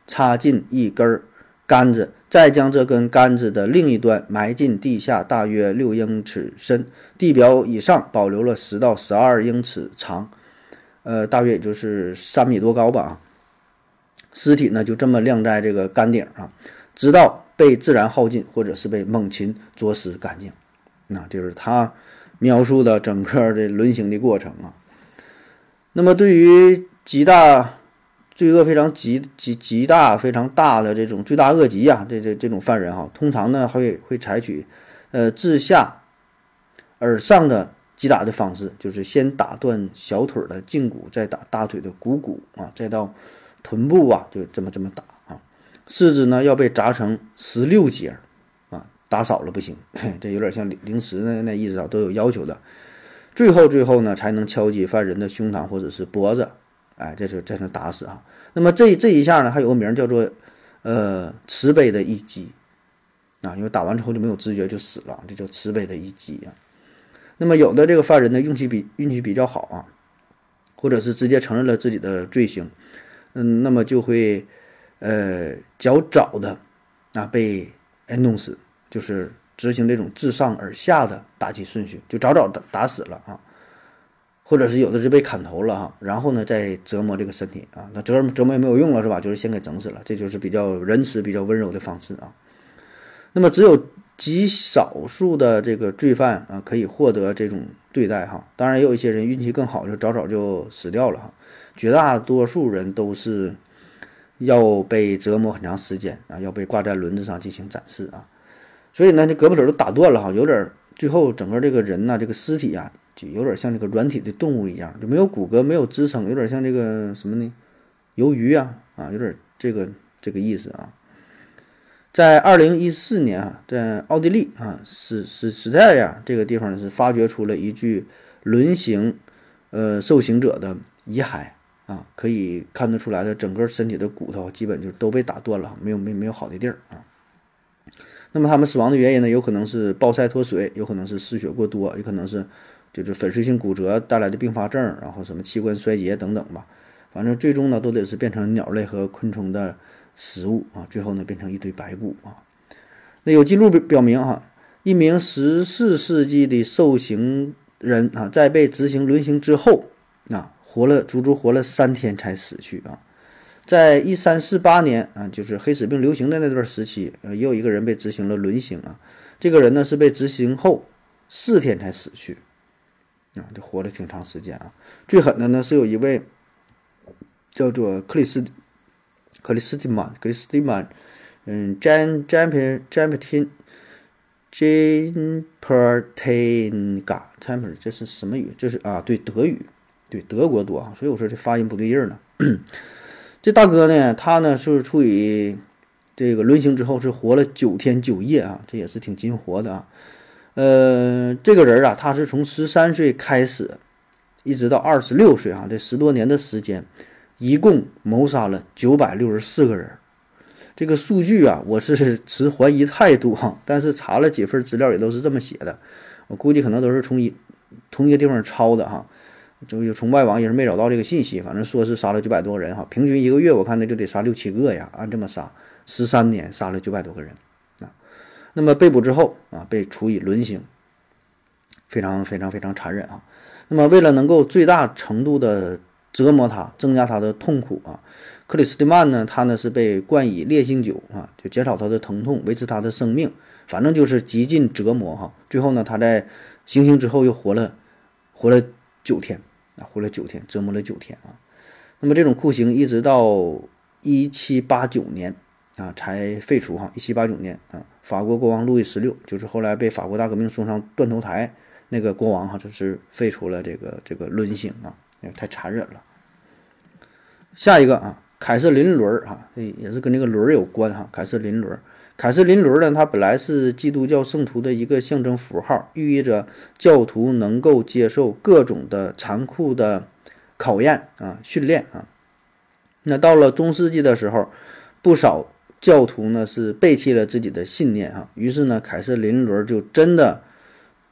插进一根杆子，再将这根杆子的另一端埋进地下大约六英尺深，地表以上保留了十到十二英尺长，呃，大约也就是三米多高吧啊。尸体呢就这么晾在这个杆顶啊，直到被自然耗尽或者是被猛禽啄食干净。那就是他描述的整个的轮刑的过程啊。那么对于极大罪恶非常极极极大非常大的这种罪大恶极啊，这这这种犯人哈、啊，通常呢会会采取呃自下而上的击打的方式，就是先打断小腿的胫骨，再打大腿的股骨啊，再到臀部啊，就这么这么打啊。四肢呢要被砸成十六节啊，打少了不行，这有点像零食那那意思啊，都有要求的。最后最后呢才能敲击犯人的胸膛或者是脖子，哎，这是这是打死啊。那么这这一下呢还有个名叫做呃慈悲的一击啊，因为打完之后就没有知觉就死了，这叫慈悲的一击啊。那么有的这个犯人呢运气比运气比较好啊，或者是直接承认了自己的罪行，嗯，那么就会呃较早的啊被哎弄死，就是执行这种自上而下的打击顺序，就早早打打死了啊，或者是有的是被砍头了啊，然后呢再折磨这个身体啊，那折折磨也没有用了是吧？就是先给整死了，这就是比较仁慈、比较温柔的方式啊。那么只有极少数的这个罪犯啊可以获得这种对待哈，当然也有一些人运气更好，就早早就死掉了哈。绝大多数人都是要被折磨很长时间啊，要被挂在轮子上进行展示啊。所以呢，这胳膊肘都打断了哈，有点最后整个这个人呐，这个尸体啊，就有点像这个软体的动物一样，就没有骨骼，没有支撑，有点像这个什么呢？鱿鱼啊啊，有点这个这个意思啊。在二零一四年啊，在奥地利啊，史史史泰亚这个地方呢是发掘出了一具轮刑呃受刑者的遗骸啊，可以看得出来的整个身体的骨头基本就都被打断了，没有没没有好的地儿啊。那么他们死亡的原因呢，有可能是暴晒脱水，有可能是失血过多，有可能是就是粉碎性骨折带来的并发症，然后什么器官衰竭等等吧。反正最终呢都得是变成鸟类和昆虫的食物啊，最后呢变成一堆白骨啊。那有记录表明啊，一名十四世纪的受刑人啊，在被执行轮刑之后啊，活了足足活了三天才死去啊。在一三四八年啊，就是黑死病流行的那段时期，呃，也有一个人被执行了轮刑啊。这个人呢是被执行后四天才死去啊，就活了挺长时间啊。最狠的呢是有一位叫做克里斯克里斯蒂曼克里斯蒂曼，嗯 ，Jan Jamper Jampertin Jampertinga Temper， 这是什么语？这是啊，对，德语，对，德国多啊，所以我说这发音不对劲儿呢。这大哥呢，他呢是处于这个轮刑之后是活了九天九夜啊，这也是挺筋活的啊。呃，这个人啊，他是从十三岁开始，一直到二十六岁啊，这十多年的时间，一共谋杀了九百六十四个人。这个数据啊，我是持怀疑态度哈、啊，但是查了几份资料也都是这么写的，我估计可能都是从一同一个地方抄的哈、啊。就从外网也是没找到这个信息，反正说是杀了九百多个人哈，平均一个月我看那就得杀六七个呀，按这么杀，十三年杀了九百多个人啊。那么被捕之后啊，被处以轮刑，非常非常非常残忍啊。那么为了能够最大程度的折磨他，增加他的痛苦啊，克里斯蒂曼呢，他呢是被灌以烈性酒啊，就减少他的疼痛，维持他的生命，反正就是极尽折磨哈。最后呢，他在行刑之后又活了活了九天。啊，活了九天，折磨了九天啊。那么这种酷刑一直到一七八九年啊才废除哈。一七八九年啊，法国国王路易十六就是后来被法国大革命送上断头台那个国王哈，就是废除了这个这个轮刑啊，太残忍了。下一个啊，凯瑟琳轮哈，这也是跟这个轮有关哈。凯瑟琳轮，凯瑟琳轮呢，它本来是基督教圣徒的一个象征符号，寓意着教徒能够接受各种的残酷的考验啊、训练啊。那到了中世纪的时候，不少教徒呢是背弃了自己的信念啊，于是呢，凯瑟琳轮就真的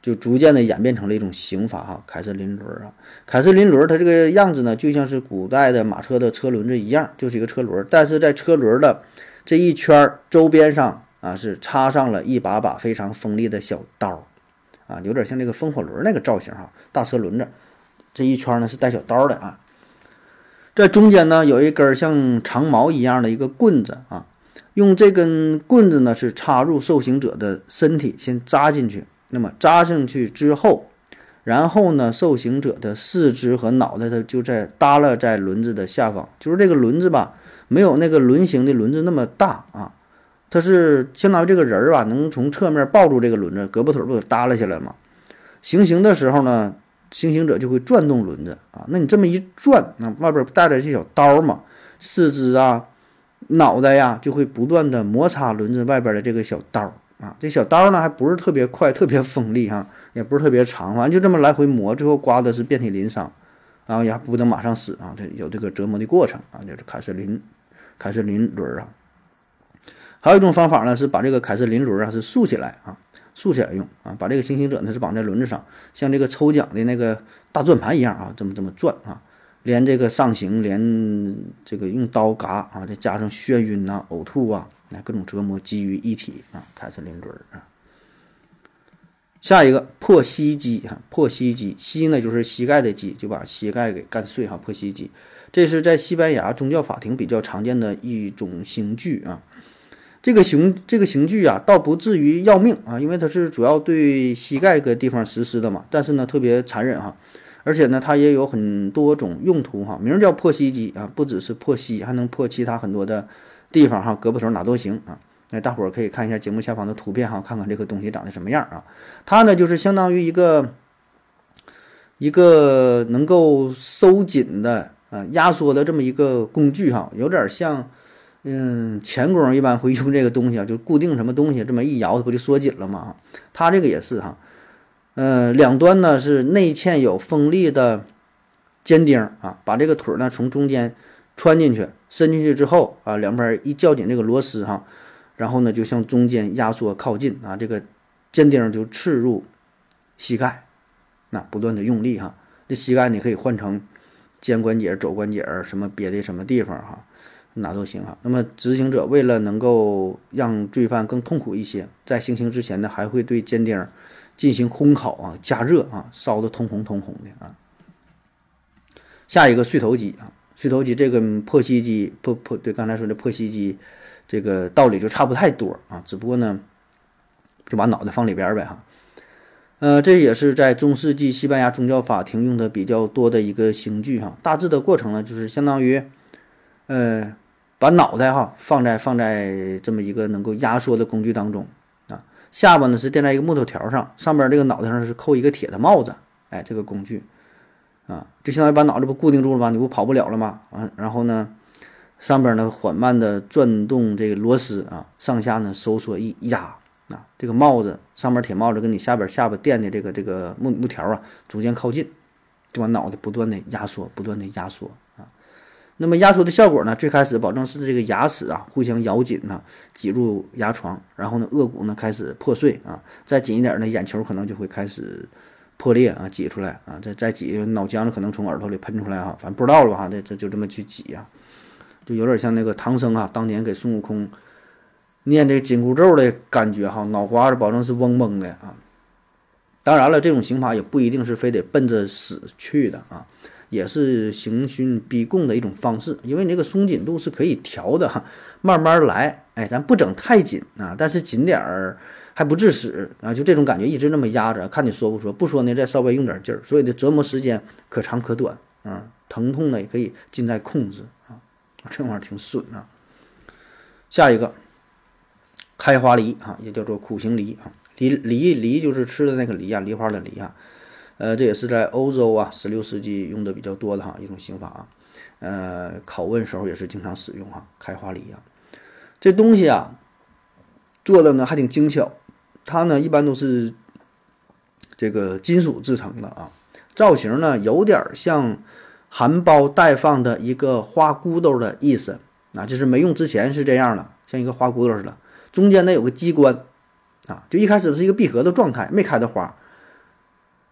就逐渐的演变成了一种刑罚哈，凯瑟琳轮啊。凯瑟琳轮它这个样子呢，就像是古代的马车的车轮子一样，就是一个车轮，但是在车轮的这一圈周边上啊，是插上了一把把非常锋利的小刀啊，有点像那个风火轮那个造型哈，大车轮子这一圈呢是带小刀的啊。在中间呢有一根像长矛一样的一个棍子啊，用这根棍子呢是插入受刑者的身体，先扎进去。那么扎进去之后，然后呢，受刑者的四肢和脑袋它就在耷拉在轮子的下方，就是这个轮子吧，没有那个轮形的轮子那么大啊，它是相当于这个人儿吧，能从侧面抱住这个轮子，胳膊腿不给耷拉下来嘛。行刑的时候呢，行刑者就会转动轮子啊，那你这么一转，那外边带着这小刀嘛，四肢啊、脑袋呀、啊、就会不断的摩擦轮子外边的这个小刀。啊，这小刀呢还不是特别快，特别锋利哈，也不是特别长，反正就这么来回磨，最后刮的是遍体鳞伤，然后也不能马上死啊，这有这个折磨的过程啊，就是凯瑟琳凯瑟琳轮啊。还有一种方法呢，是把这个凯瑟琳轮啊是竖起来啊，竖起来用啊，把这个行刑者呢是绑在轮子上，像这个抽奖的那个大转盘一样啊，这么这么转啊，连这个上刑，连这个用刀嘎啊，再加上眩晕啊、呕吐啊。那各种折磨集于一体啊，凯瑟琳轮啊。下一个破膝击啊，破膝击，膝呢就是膝盖的击，就把膝盖给干碎哈，破膝击。这是在西班牙宗教法庭比较常见的一种刑具啊。这个刑这个刑具啊，倒不至于要命啊，因为它是主要对膝盖个地方实施的嘛，但是呢特别残忍哈，而且呢它也有很多种用途哈，名叫破膝击啊，不只是破膝，还能破其他很多的地方哈，胳膊手哪都行啊。那大伙儿可以看一下节目下方的图片哈，看看这个东西长得什么样啊。它呢就是相当于一个一个能够收紧的啊、压缩的这么一个工具哈，有点像嗯钳工一般会用这个东西啊，就固定什么东西这么一摇它不就缩紧了吗？它这个也是哈，呃两端呢是内嵌有锋利的尖钉啊，把这个腿呢从中间穿进去，伸进去之后啊，两边一较紧这个螺丝哈，然后呢就向中间压缩靠近啊，这个尖钉就刺入膝盖，那不断的用力哈，这膝盖你可以换成肩关节、肘关节什么别的什么地方哈，哪都行哈。那么执行者为了能够让罪犯更痛苦一些，在行刑之前呢，还会对尖钉进行烘烤啊、加热啊，烧得通红通红的啊。下一个碎头机啊。碎头机这个破膝机破破对刚才说的破膝机，这个道理就差不太多啊，只不过呢就把脑袋放里边呗哈。呃，这也是在中世纪西班牙宗教法庭用的比较多的一个刑具哈。大致的过程呢，就是相当于呃把脑袋哈放在放在这么一个能够压缩的工具当中啊，下巴呢是垫在一个木头条上，上边这个脑袋上是扣一个铁的帽子，哎，这个工具。啊，就相当于把脑子不固定住了吗？你不跑不了了吗？啊，然后呢，上边呢缓慢的转动这个螺丝啊，上下呢收缩一压啊，这个帽子上面铁帽子跟你下边下巴垫的这个这个木木条啊，逐渐靠近，就把脑袋不断的压缩，不断的压缩啊。那么压缩的效果呢，最开始保证是这个牙齿啊互相咬紧啊，挤入牙床，然后呢颚骨呢开始破碎啊，再紧一点呢，眼球可能就会开始破裂啊，挤出来啊，再再挤，脑浆可能从耳朵里喷出来哈，反正不知道了哈，这这就这么去挤啊，就有点像那个唐僧啊，当年给孙悟空念这紧箍咒的感觉哈，脑瓜子保证是嗡嗡的啊。当然了，这种刑罚也不一定是非得奔着死去的啊，也是刑讯逼供的一种方式，因为你这个松紧度是可以调的哈，慢慢来，哎，咱不整太紧啊，但是紧点儿。还不致死啊，就这种感觉一直那么压着，看你说不说，不说呢再稍微用点劲儿，所以的折磨时间可长可短啊，疼痛呢也可以尽在控制啊，这玩意儿挺损啊。下一个开花梨啊，也叫做苦行梨啊，梨梨梨就是吃的那个梨啊，梨花的梨啊，呃，这也是在欧洲啊十六世纪用的比较多的哈一种刑法啊，呃，拷问时候也是经常使用哈，开花梨啊，这东西啊做的呢还挺精巧。它呢一般都是这个金属制成的啊，造型呢有点像含苞待放的一个花骨朵的意思啊，就是没用之前是这样的，像一个花骨朵似的，中间呢有个机关啊，就一开始是一个闭合的状态，没开的花，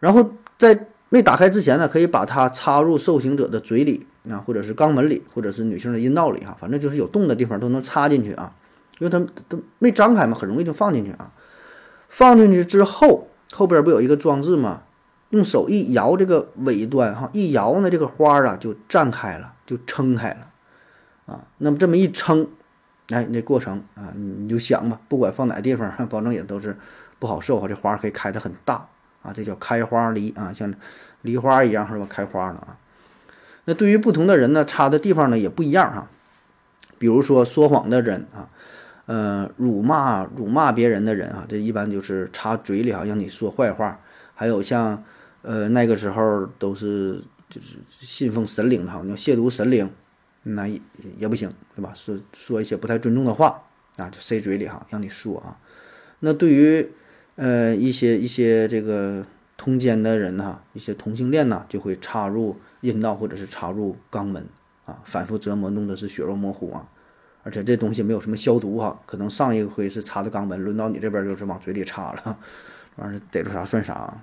然后在未打开之前呢，可以把它插入受刑者的嘴里啊，或者是肛门里，或者是女性的阴道里哈，反正就是有洞的地方都能插进去啊，因为它它没张开嘛，很容易就放进去啊。放进去之后，后边不有一个装置吗？用手一摇这个尾端哈，一摇呢，这个花啊就绽开了，就撑开了啊。那么这么一撑，哎，那过程啊，你就想吧，不管放哪地方，保证也都是不好受哈。这花可以开得很大啊，这叫开花梨啊，像梨花一样是吧？开花了啊。那对于不同的人呢，插的地方呢也不一样哈。比如说说谎的人啊。呃，辱骂辱骂别人的人啊，这一般就是插嘴里啊，让你说坏话。还有像，呃，那个时候都是就是信奉神灵的哈，你要亵渎神灵，那也也不行，对吧？说说一些不太尊重的话啊，就塞嘴里哈，让你说啊。那对于呃一些一些这个通奸的人哈，一些同性恋呢，就会插入阴道或者是插入肛门啊，反复折磨，弄得是血肉模糊啊。而且这东西没有什么消毒哈，可能上一回是插的肛门，轮到你这边就是往嘴里插了，完事逮着啥算啥。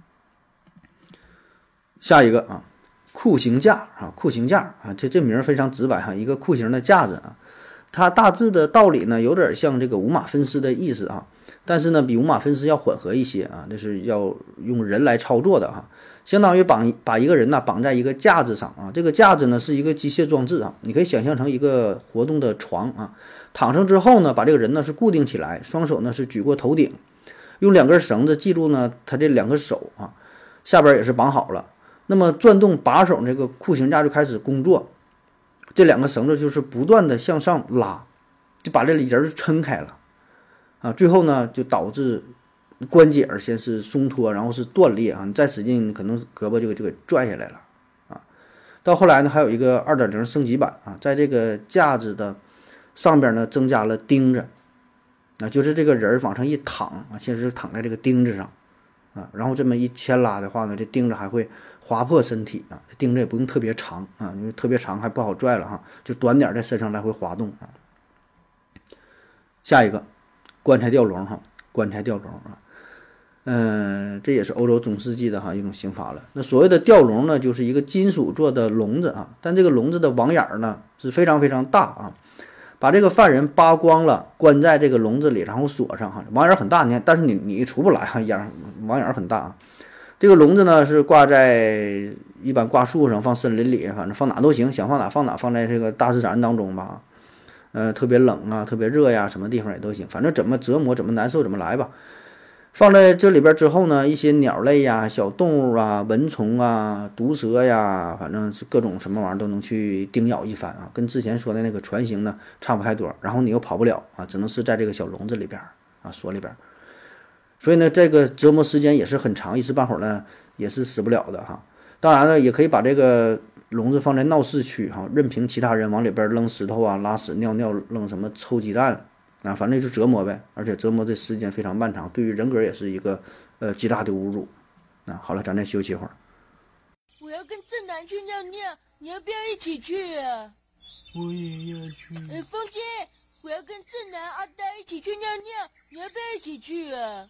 下一个啊，酷刑架啊，酷刑架啊，这这名非常直白哈，一个酷刑的架子啊，它大致的道理呢，有点像这个五马分尸的意思啊，但是呢，比五马分尸要缓和一些啊，这是要用人来操作的哈。相当于绑把一个人呢绑在一个架子上啊，这个架子呢是一个机械装置啊，你可以想象成一个活动的床啊。躺上之后呢，把这个人呢是固定起来，双手呢是举过头顶，用两根绳子系住呢他这两个手啊，下边也是绑好了。那么转动把手，这个酷刑架就开始工作，这两个绳子就是不断的向上拉，就把这人就撑开了啊，最后呢就导致关节先是松脱，然后是断裂啊！你再使劲，可能胳膊就给就给拽下来了啊！到后来呢，还有一个 二点零 升级版啊，在这个架子的上边呢增加了钉子，啊，就是这个人往上一躺啊，先是躺在这个钉子上啊，然后这么一牵拉的话呢，这钉子还会划破身体啊，钉子也不用特别长啊，因为特别长还不好拽了哈，就短点在身上来回滑动啊。下一个棺材吊笼哈，棺材吊笼啊。嗯、呃，这也是欧洲中世纪的哈一种刑罚了。那所谓的吊笼呢，就是一个金属做的笼子啊，但这个笼子的网眼儿呢是非常非常大啊，把这个犯人扒光了，关在这个笼子里，然后锁上哈。网眼很大，你但是你你出不来哈，眼网眼很大啊。这个笼子呢是挂在一般挂树上，放森林里，反正放哪都行，想放哪放哪，放在这个大自然当中吧。呃，特别冷啊，特别热呀，什么地方也都行，反正怎么折磨怎么难受怎么来吧。放在这里边之后呢，一些鸟类呀、小动物啊、蚊虫啊、毒蛇呀，反正是各种什么玩意儿都能去叮咬一番啊，跟之前说的那个船刑呢差不太多。然后你又跑不了啊，只能是在这个小笼子里边啊锁里边，所以呢，这个折磨时间也是很长，一时半会儿呢也是死不了的哈。当然了，也可以把这个笼子放在闹市区哈，任凭其他人往里边扔石头啊、拉屎尿尿、扔什么臭鸡蛋。啊，反正就折磨呗，而且折磨的时间非常漫长，对于人格也是一个呃极大的侮辱。啊，好了，咱再休息一会儿。 我要跟正南去尿尿，你要不要一起去啊？ 我也要去。 呃，风姐，我要跟正南、阿呆一起去尿尿，你要不要一起去啊？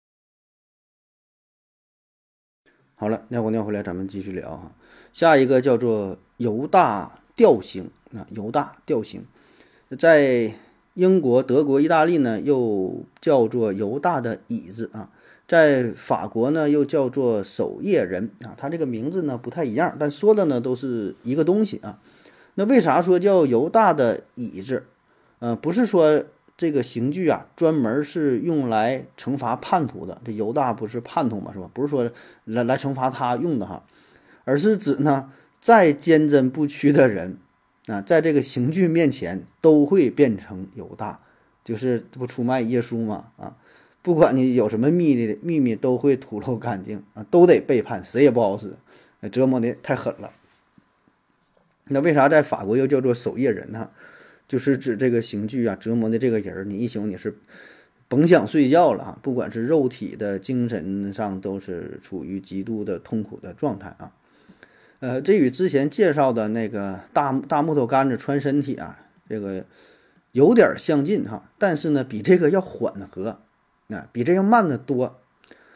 好了，尿过尿回来，咱们继续聊哈。下一个叫做犹大吊刑啊，犹大吊刑，在英国、德国、意大利呢，又叫做犹大的椅子啊，在法国呢，又叫做守夜人啊。它这个名字呢不太一样，但说的呢都是一个东西啊。那为啥说叫犹大的椅子？呃，不是说这个刑具啊专门是用来惩罚叛徒的，这犹大不是叛徒嘛，是吧？不是说来来惩罚他用的哈，而是指呢，再坚贞不屈的人。啊，在这个刑具面前都会变成犹大，就是这不出卖耶稣吗？啊，不管你有什么秘密秘密都会吐露干净啊，都得背叛，谁也不好使，折磨的太狠了。那为啥在法国又叫做守夜人呢？就是指这个刑具啊折磨的这个人，你一宿你是甭想睡觉了啊，不管是肉体的、精神上都是处于极度的痛苦的状态啊。呃，这与之前介绍的那个大大木头杆子穿身体啊，这个有点相近哈，但是呢，比这个要缓和，啊，比这要慢得多。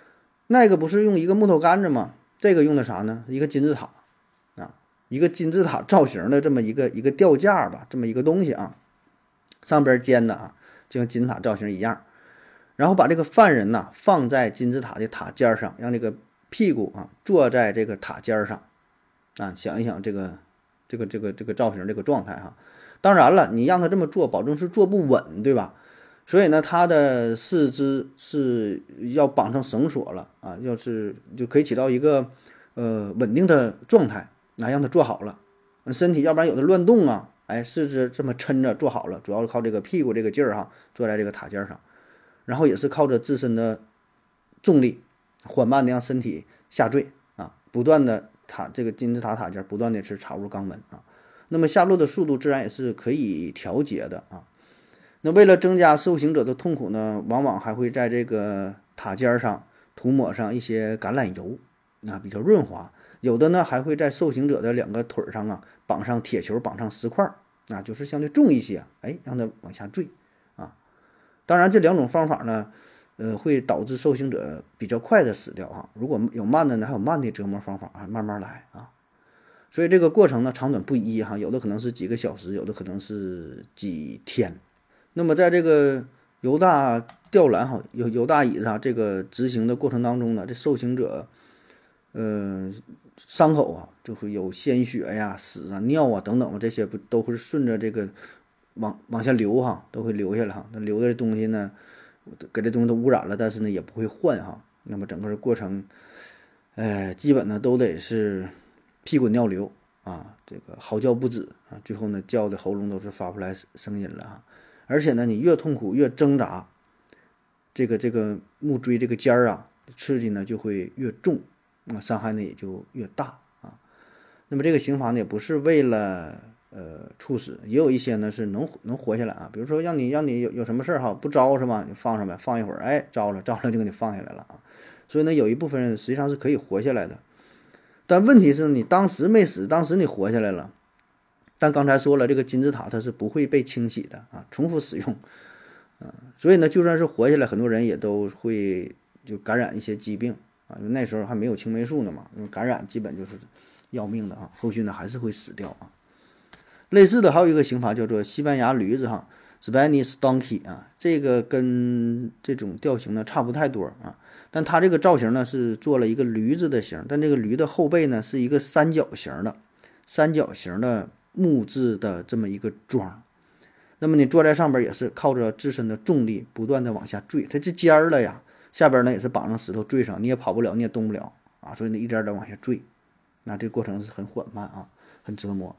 那个不是用一个木头杆子吗？这个用的啥呢？一个金字塔啊，一个金字塔造型的这么一个一个吊架吧，这么一个东西啊，上边尖的啊，就像金字塔造型一样。然后把这个犯人呐放在金字塔的塔尖上，让这个屁股啊坐在这个塔尖上啊，想一想这个这个这个这个造型这个状态哈。当然了，你让他这么做，保证是坐不稳，对吧？所以呢，他的四肢是要绑上绳索了啊，要是就可以起到一个呃稳定的状态，那让他坐好了，身体要不然有的乱动啊，哎，四肢这么抻着坐好了，主要是靠这个屁股这个劲儿哈，坐在这个塔尖上，然后也是靠着自身的重力，缓慢的让身体下坠啊，不断的塔这个金字塔塔尖不断的是插入肛门啊，那么下落的速度自然也是可以调节的啊。那为了增加受刑者的痛苦呢，往往还会在这个塔尖上涂抹上一些橄榄油，啊，比较润滑。有的呢还会在受刑者的两个腿上啊绑上铁球，绑上石块，啊，就是相对重一些，哎，让它往下坠啊。当然，这两种方法呢，呃，会导致受刑者比较快的死掉啊。如果有慢的呢，还有慢的折磨方法啊，慢慢来啊。所以这个过程呢长短不一哈，有的可能是几个小时，有的可能是几天。那么在这个犹大吊篮哈，犹犹大椅子啊，这个执行的过程当中呢，这受刑者，呃，伤口啊就会有鲜血呀、屎啊、尿啊等等，这些不都会顺着这个往往下流哈，都会流下来哈。那流的东西呢，给这东西都污染了，但是呢也不会换哈。那么整个过程，呃，基本呢都得是屁滚尿流啊，这个嚎叫不止啊，最后呢叫的喉咙都是发不出来声音了哈。而且呢，你越痛苦越挣扎，这个这个木锥这个尖儿啊，刺激呢就会越重，啊，伤害呢也就越大啊。那么这个刑罚呢也不是为了呃处死，也有一些呢是能能活下来啊。比如说让你让你有有什么事儿哈不招是吧？你放上呗，放一会儿，哎，招了招了就给你放下来了啊。所以呢，有一部分人实际上是可以活下来的，但问题是你当时没死，当时你活下来了。但刚才说了，这个金字塔它是不会被清洗的啊，重复使用，啊，所以呢，就算是活下来，很多人也都会就感染一些疾病啊，因为那时候还没有青霉素呢嘛，因为感染基本就是要命的啊，后续呢还是会死掉啊。类似的还有一个刑罚叫做西班牙驴子哈 ，Spanish donkey 啊，这个跟这种吊刑呢差不太多啊，但它这个造型呢是做了一个驴子的形，但这个驴的后背呢是一个三角形的，三角形的。木质的这么一个桩，那么你坐在上边也是靠着自身的重力不断的往下坠，它这尖儿了呀，下边呢也是绑上石头坠上，你也跑不了，你也动不了啊，所以你一点点往下坠，那这个过程是很缓慢啊，很折磨。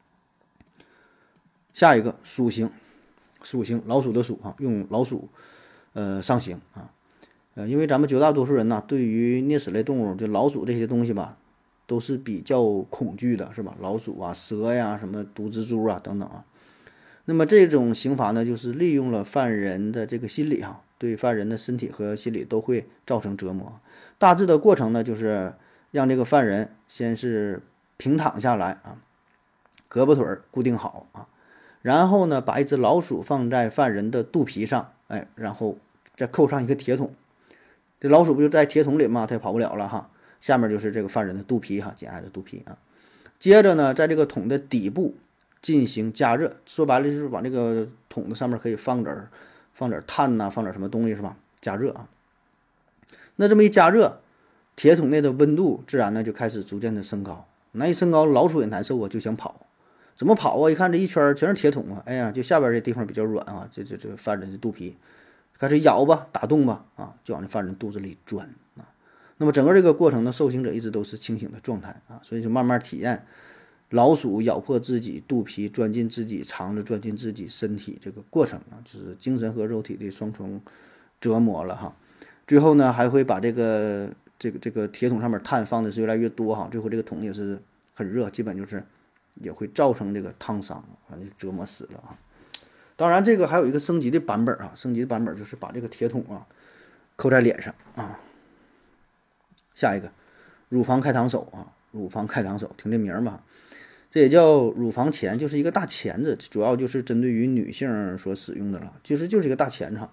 下一个鼠刑，鼠刑老鼠的鼠啊，用老鼠呃上刑啊，呃，因为咱们绝大多数人呢，对于啮齿类动物，就老鼠这些东西吧。都是比较恐惧的，是吧？老鼠啊、蛇呀、什么毒蜘蛛啊等等啊。那么这种刑罚呢，就是利用了犯人的这个心理哈，对犯人的身体和心理都会造成折磨。大致的过程呢，就是让这个犯人先是平躺下来啊，胳膊腿儿固定好啊，然后呢，把一只老鼠放在犯人的肚皮上，哎，然后再扣上一个铁桶。这老鼠不就在铁桶里嘛，它也跑不了了哈。下面就是这个犯人的肚皮哈，紧挨着肚皮啊。接着呢，在这个桶的底部进行加热，说白了就是把这个桶的上面可以放点放点炭呐、啊，放点什么东西是吧？加热啊。那这么一加热，铁桶内的温度自然呢就开始逐渐的升高。那一升高，老鼠也难受啊，就想跑。怎么跑啊？一看这一圈全是铁桶啊，哎呀，就下边这地方比较软啊，这这这犯人的肚皮开始咬吧，打洞吧啊，就往这犯人肚子里钻啊。那么整个这个过程呢，受刑者一直都是清醒的状态啊，所以就慢慢体验老鼠咬破自己肚皮，钻进自己肠子，钻进自己身体这个过程啊，就是精神和肉体的双重折磨了哈。最后呢，还会把这个这个这个铁桶上面碳放的是越来越多哈，最后这个桶也是很热，基本就是也会造成这个烫伤，反正折磨死了啊。当然，这个还有一个升级的版本啊，升级的版本就是把这个铁桶啊扣在脸上啊。下一个，乳房开膛手啊，乳房开膛手，听这名儿嘛，这也叫乳房钳，就是一个大钳子，主要就是针对于女性所使用的了，其实就是一个大钳子。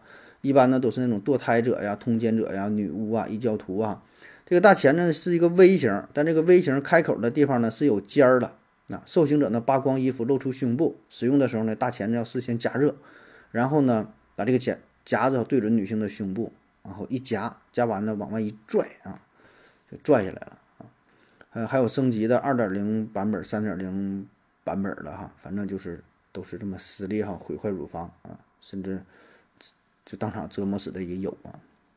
一般呢都是那种堕胎者呀、通奸者呀、女巫啊、异教徒啊。这个大钳呢是一个 V 型，但这个 V 型开口的地方呢是有尖儿的。那受刑者呢扒光衣服露出胸部，使用的时候呢大钳子要事先加热，然后呢把这个钳夹子对准女性的胸部，然后一夹，夹完了往外一拽啊，就拽下来了啊。还还有升级的 二点零 版本、三点零 版本的哈，反正就是都是这么撕裂哈，毁坏乳房啊，甚至就当场折磨死的也有啊。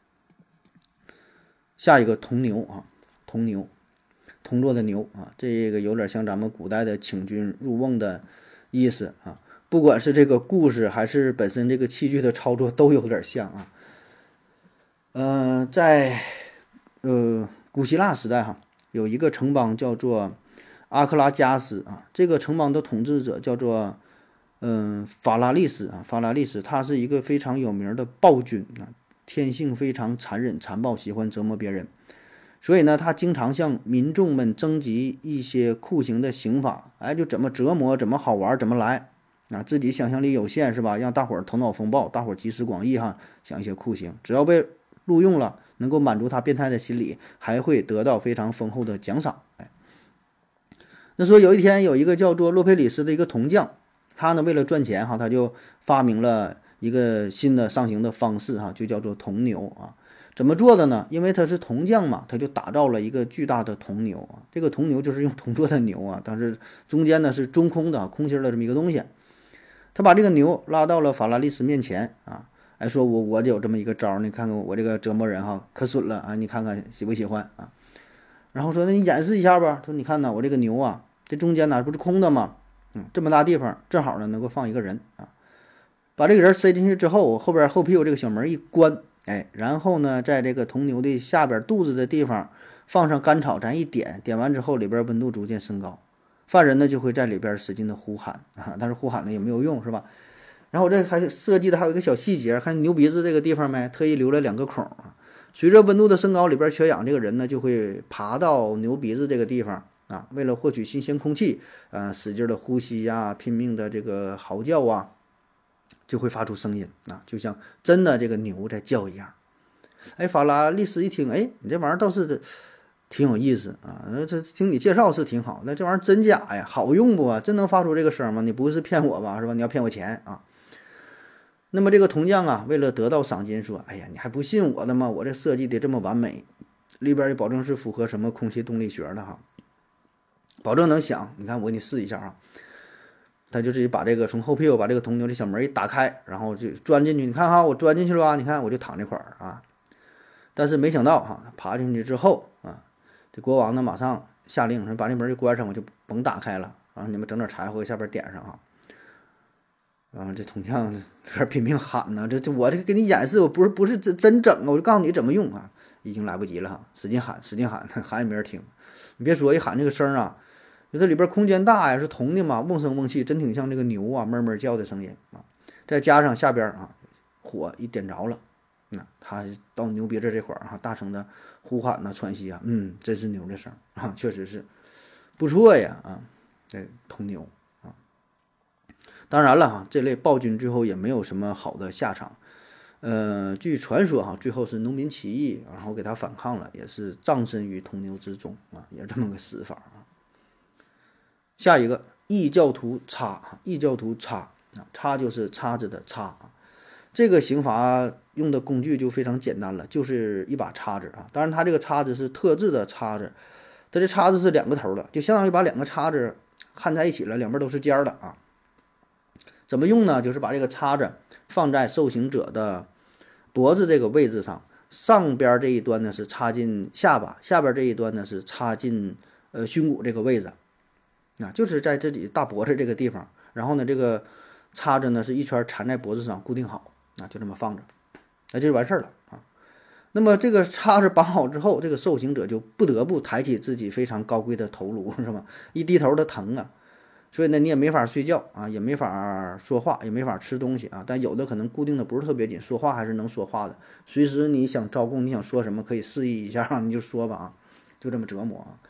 下一个铜牛啊，铜牛。铜做的牛啊，这个有点像咱们古代的请君入瓮的意思啊。不管是这个故事还是本身这个器具的操作都有点像啊。呃，在呃古希腊时代哈，有一个城邦叫做阿克拉加斯啊，这个城邦的统治者叫做嗯、呃、法拉利斯啊，法拉利斯他是一个非常有名的暴君啊，天性非常残忍残暴，喜欢折磨别人。所以呢，他经常向民众们征集一些酷刑的刑法，哎，就怎么折磨，怎么好玩，怎么来啊？自己想象力有限是吧？让大伙儿头脑风暴，大伙儿集思广益哈，想一些酷刑，只要被录用了，能够满足他变态的心理，还会得到非常丰厚的奖赏。哎，那说有一天有一个叫做洛佩里斯的一个铜匠，他呢为了赚钱哈，他就发明了一个新的上刑的方式哈，就叫做铜牛啊。怎么做的呢？因为他是铜匠嘛，他就打造了一个巨大的铜牛啊。这个铜牛就是用铜做的牛啊，但是中间呢是中空的、空心的这么一个东西。他把这个牛拉到了法拉利斯面前啊，哎，说我我有这么一个招，你看看我这个折磨人哈，可损了啊，你看看喜不喜欢啊？然后说那你演示一下吧。他说你看呢，我这个牛啊，这中间呢不是空的吗？嗯，这么大地方正好呢能够放一个人啊。把这个人塞进去之后，我后边后屁股这个小门一关。哎，然后呢，在这个铜牛的下边肚子的地方放上干草，咱一点，点完之后里边温度逐渐升高，犯人呢就会在里边使劲的呼喊啊，但是呼喊呢也没有用，是吧？然后我这还设计的还有一个小细节，看牛鼻子这个地方没，特意留了两个孔啊。随着温度的升高，里边缺氧，这个人呢就会爬到牛鼻子这个地方啊，为了获取新鲜空气，啊，使劲的呼吸呀、啊，拼命的这个嚎叫啊。就会发出声音啊，就像真的这个牛在叫一样。哎，法拉利斯一听，哎，你这玩意儿倒是挺有意思啊，这听你介绍是挺好，那这玩意儿真假呀？好用不啊？真能发出这个声吗？你不是骗我吧？是吧？你要骗我钱啊？那么这个铜匠啊，为了得到赏金，说，哎呀，你还不信我的吗？我这设计的这么完美，里边也保证是符合什么空气动力学的哈，保证能响。你看我给你试一下啊。他就自己把这个从后屁股把这个铜牛的小门一打开，然后就钻进去。你看哈，我钻进去了吧？你看我就躺这块儿啊。但是没想到哈，爬进去之后啊，这国王呢马上下令说把这门就关上，我就甭打开了。然后你们整点柴火下边点上啊。然后这铜匠在这拼命喊呢，这这我这给你演示，我不是不是真真整啊，我就告诉你怎么用啊。已经来不及了哈，使劲喊，使劲喊，喊也没人听。你别说，一喊这个声啊。这里边空间大呀，是铜的嘛，瓮声瓮气，真挺像这个牛啊哞哞叫的声音啊。再加上下边啊，火一点着了，那他到牛鼻子这块儿哈，大声的呼喊呐、喘息啊，嗯，真是牛的声啊，确实是不错呀啊，这铜牛啊。当然了哈，这类暴君最后也没有什么好的下场。呃，据传说哈，最后是农民起义，然后给他反抗了，也是葬身于铜牛之中啊，也是这么个死法啊。下一个异教徒叉，异教徒叉啊，叉就是叉子的叉啊。这个刑罚用的工具就非常简单了，就是一把叉子啊。当然，它这个叉子是特制的叉子，它这叉子是两个头的，就相当于把两个叉子焊在一起了，两边都是尖的啊。怎么用呢？就是把这个叉子放在受刑者的脖子这个位置上，上边这一端呢是插进下巴，下边这一端呢是插进呃胸骨这个位置。啊，就是在自己大脖子这个地方，然后呢，这个叉子呢是一圈缠在脖子上固定好，啊，就这么放着，那就完事儿了啊。那么这个叉子绑好之后，这个受刑者就不得不抬起自己非常高贵的头颅，是吧？一低头的疼啊，所以呢，你也没法睡觉啊，也没法说话，也没法吃东西啊。但有的可能固定的不是特别紧，说话还是能说话的，随时你想招供，你想说什么可以示意一下，你就说吧啊，就这么折磨啊。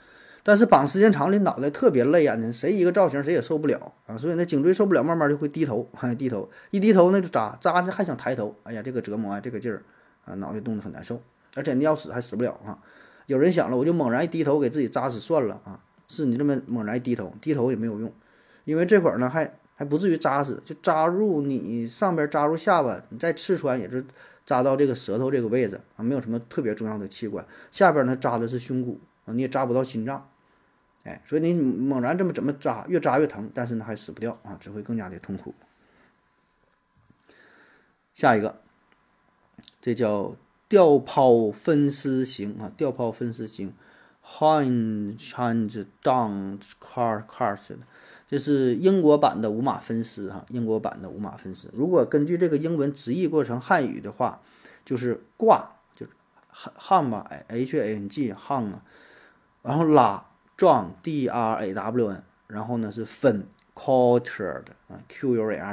但是绑时间长了，脑袋特别累啊，谁一个造型谁也受不了啊，所以那颈椎受不了，慢慢就会低头，还低头，一低头那就扎，扎还想抬头，哎呀，这个折磨啊，这个劲儿啊，脑袋冻得很难受，而且你要死还死不了啊。有人想了，我就猛然一低头给自己扎死算了啊，是你这么猛然一低头，低头也没有用，因为这会儿呢还还不至于扎死，就扎入你上边扎入下巴，你再刺穿也是扎到这个舌头这个位置啊，没有什么特别重要的器官，下边呢扎的是胸骨啊，你也扎不到心脏。哎，所以你猛然这么怎么扎，越扎越疼，但是呢还死不掉啊，只会更加的痛苦。下一个，这叫吊抛分丝型啊，吊抛分丝型 ，hand hand down car cars， 这是英国版的五马分尸哈，英国版的五马分尸。如果根据这个英文直译过成汉语的话，就是挂，就是汉吧 ，H A N G 汉啊，然后拉。撞 D R A W N， 然后呢是分 quartered 啊 Q U A R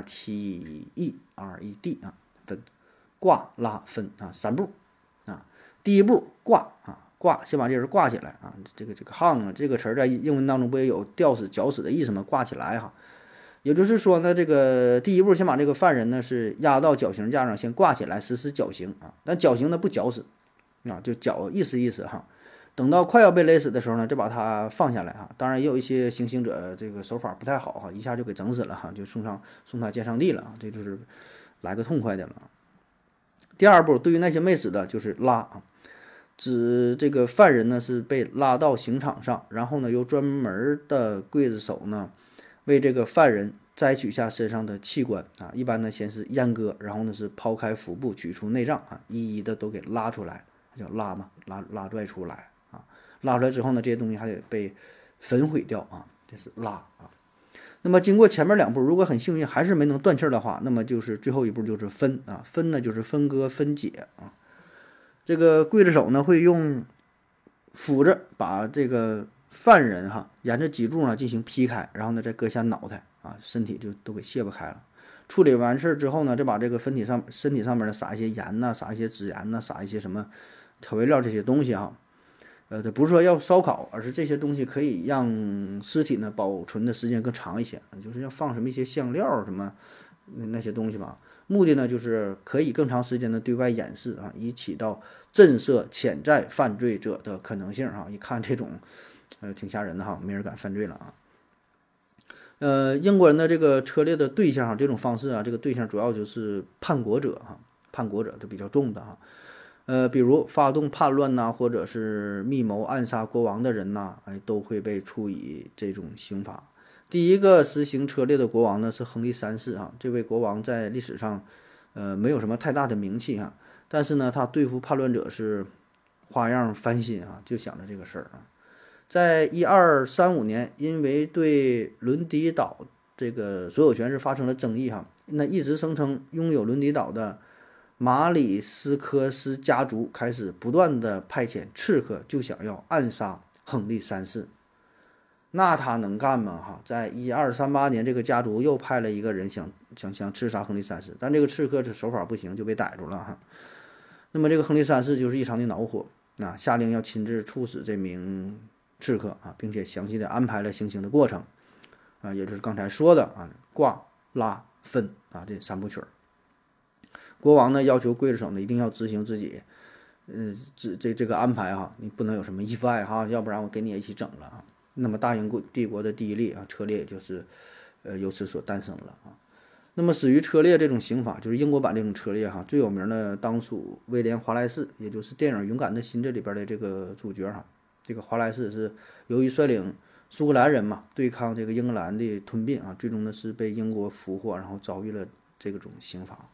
T E R E D 啊分挂拉分啊三步啊，第一步挂啊挂，先把这人挂起来啊，这个这个 hang 啊这个词儿在英文当中不也有吊死绞死的意思吗？挂起来哈，也就是说呢，这个第一步先把这个犯人呢是压到绞刑架上，先挂起来实施绞刑啊，但绞刑呢不绞死啊，就绞意思意思哈。等到快要被勒死的时候呢，就把他放下来哈。当然也有一些行刑者这个手法不太好哈，一下就给整死了哈，就送上送他见上帝了啊，这就是来个痛快的了。第二步，对于那些没死的，就是拉啊，指这个犯人呢是被拉到刑场上，然后呢由专门的刽子手呢为这个犯人摘取下身上的器官啊，一般呢先是阉割，然后呢是抛开腹部，取出内脏啊，一一的都给拉出来，叫拉嘛，拉拉拽出来。拉出来之后呢，这些东西还得被焚毁掉啊，这是拉啊。那么经过前面两步，如果很幸运还是没能断气儿的话，那么就是最后一步就是分啊，分呢就是分割分解啊。这个刽子手呢会用斧子把这个犯人哈沿着脊柱呢进行劈开，然后呢再割下脑袋啊，身体就都给卸不开了。处理完事儿之后呢，再把这个分体上身体上面呢撒一些盐呐、啊，撒一些孜盐呐、啊，撒一些什么调味料这些东西哈。呃，这不是说要烧烤，而是这些东西可以让尸体呢保存的时间更长一些，就是要放什么一些香料什么那些东西吧。目的呢就是可以更长时间的对外掩饰啊，以起到震慑潜在犯罪者的可能性哈。一看这种，呃，挺吓人的哈，没人敢犯罪了啊。呃，英国人的这个车裂的对象哈，这种方式啊，这个对象主要就是叛国者哈，叛国者都比较重的哈。呃，比如发动叛乱呐、啊，或者是密谋暗杀国王的人呐、啊，哎，都会被处以这种刑罚。第一个实行车裂的国王呢是亨利三世啊，这位国王在历史上，呃，没有什么太大的名气哈、啊，但是呢，他对付叛乱者是花样翻新啊，就想着这个事儿啊。在一二三五年，因为对伦迪岛这个所有权是发生了争议哈、啊，那一直声称拥有伦迪岛的马里斯科斯家族开始不断的派遣刺客，就想要暗杀亨利三世。那他能干吗？哈，在一二三八年，这个家族又派了一个人想想想刺杀亨利三世，但这个刺客这手法不行，就被逮住了哈。那么这个亨利三世就是异常的恼火啊，下令要亲自处死这名刺客啊，并且详细的安排了行刑的过程啊，也就是刚才说的啊，挂拉分啊这三部曲儿。国王呢要求刽子手呢一定要执行自己，呃，这这这个安排哈，你不能有什么意外哈，要不然我给你也一起整了啊。那么大英国帝国的第一例啊，车裂也就是，呃，由此所诞生了啊。那么死于车裂这种刑法，就是英国版这种车裂哈，最有名的当属威廉华莱士，也就是电影《勇敢的心》这里边的这个主角哈。这个华莱士是由于率领苏格兰人嘛对抗这个英格兰的吞并啊，最终呢是被英国俘获，然后遭遇了这种刑罚。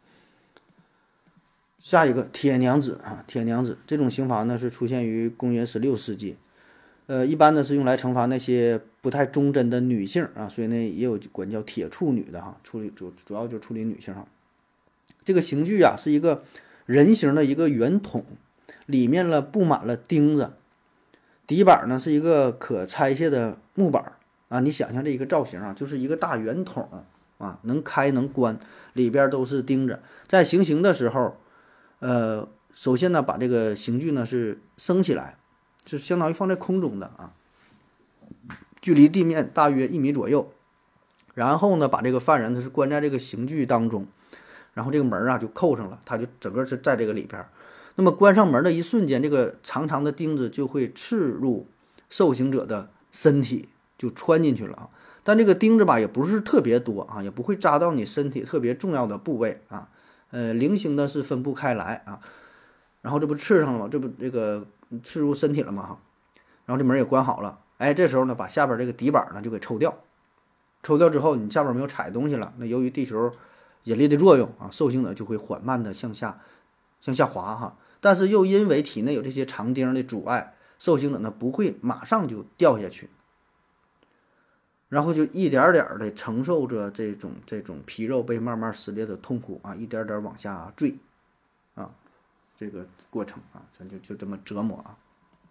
下一个铁娘子啊，铁娘子这种刑罚呢是出现于公元十六世纪，呃，一般呢是用来惩罚那些不太忠贞的女性啊，所以呢也有管叫铁处女的哈，处理主主要就处理女性哈。这个刑具啊是一个人形的一个圆筒，里面呢布满了钉子，底板呢是一个可拆卸的木板啊，你想象这一个造型啊，就是一个大圆筒啊，能开能关，里边都是钉子，在行刑的时候。呃，首先呢，把这个刑具呢是升起来，是相当于放在空中的啊， 距离地面大约一米左右。然后呢，把这个犯人他是关在这个刑具当中，然后这个门啊就扣上了，他就整个是在这个里边。那么关上门的一瞬间，这个长长的钉子就会刺入受刑者的身体，就穿进去了啊。但这个钉子吧也不是特别多啊，也不会扎到你身体特别重要的部位啊，呃，零星的是分布开来啊。然后这不刺上了吗？这不这个刺入身体了吗？哈，然后这门也关好了。哎，这时候呢，把下边这个底板呢就给抽掉。抽掉之后，你下边没有踩东西了，那由于地球引力的作用啊，受刑者就会缓慢的向下向下滑哈。但是又因为体内有这些长钉的阻碍，受刑者呢不会马上就掉下去，然后就一点点的承受着这种这种皮肉被慢慢撕裂的痛苦啊，一点点往下坠啊，这个过程啊，咱就就这么折磨啊。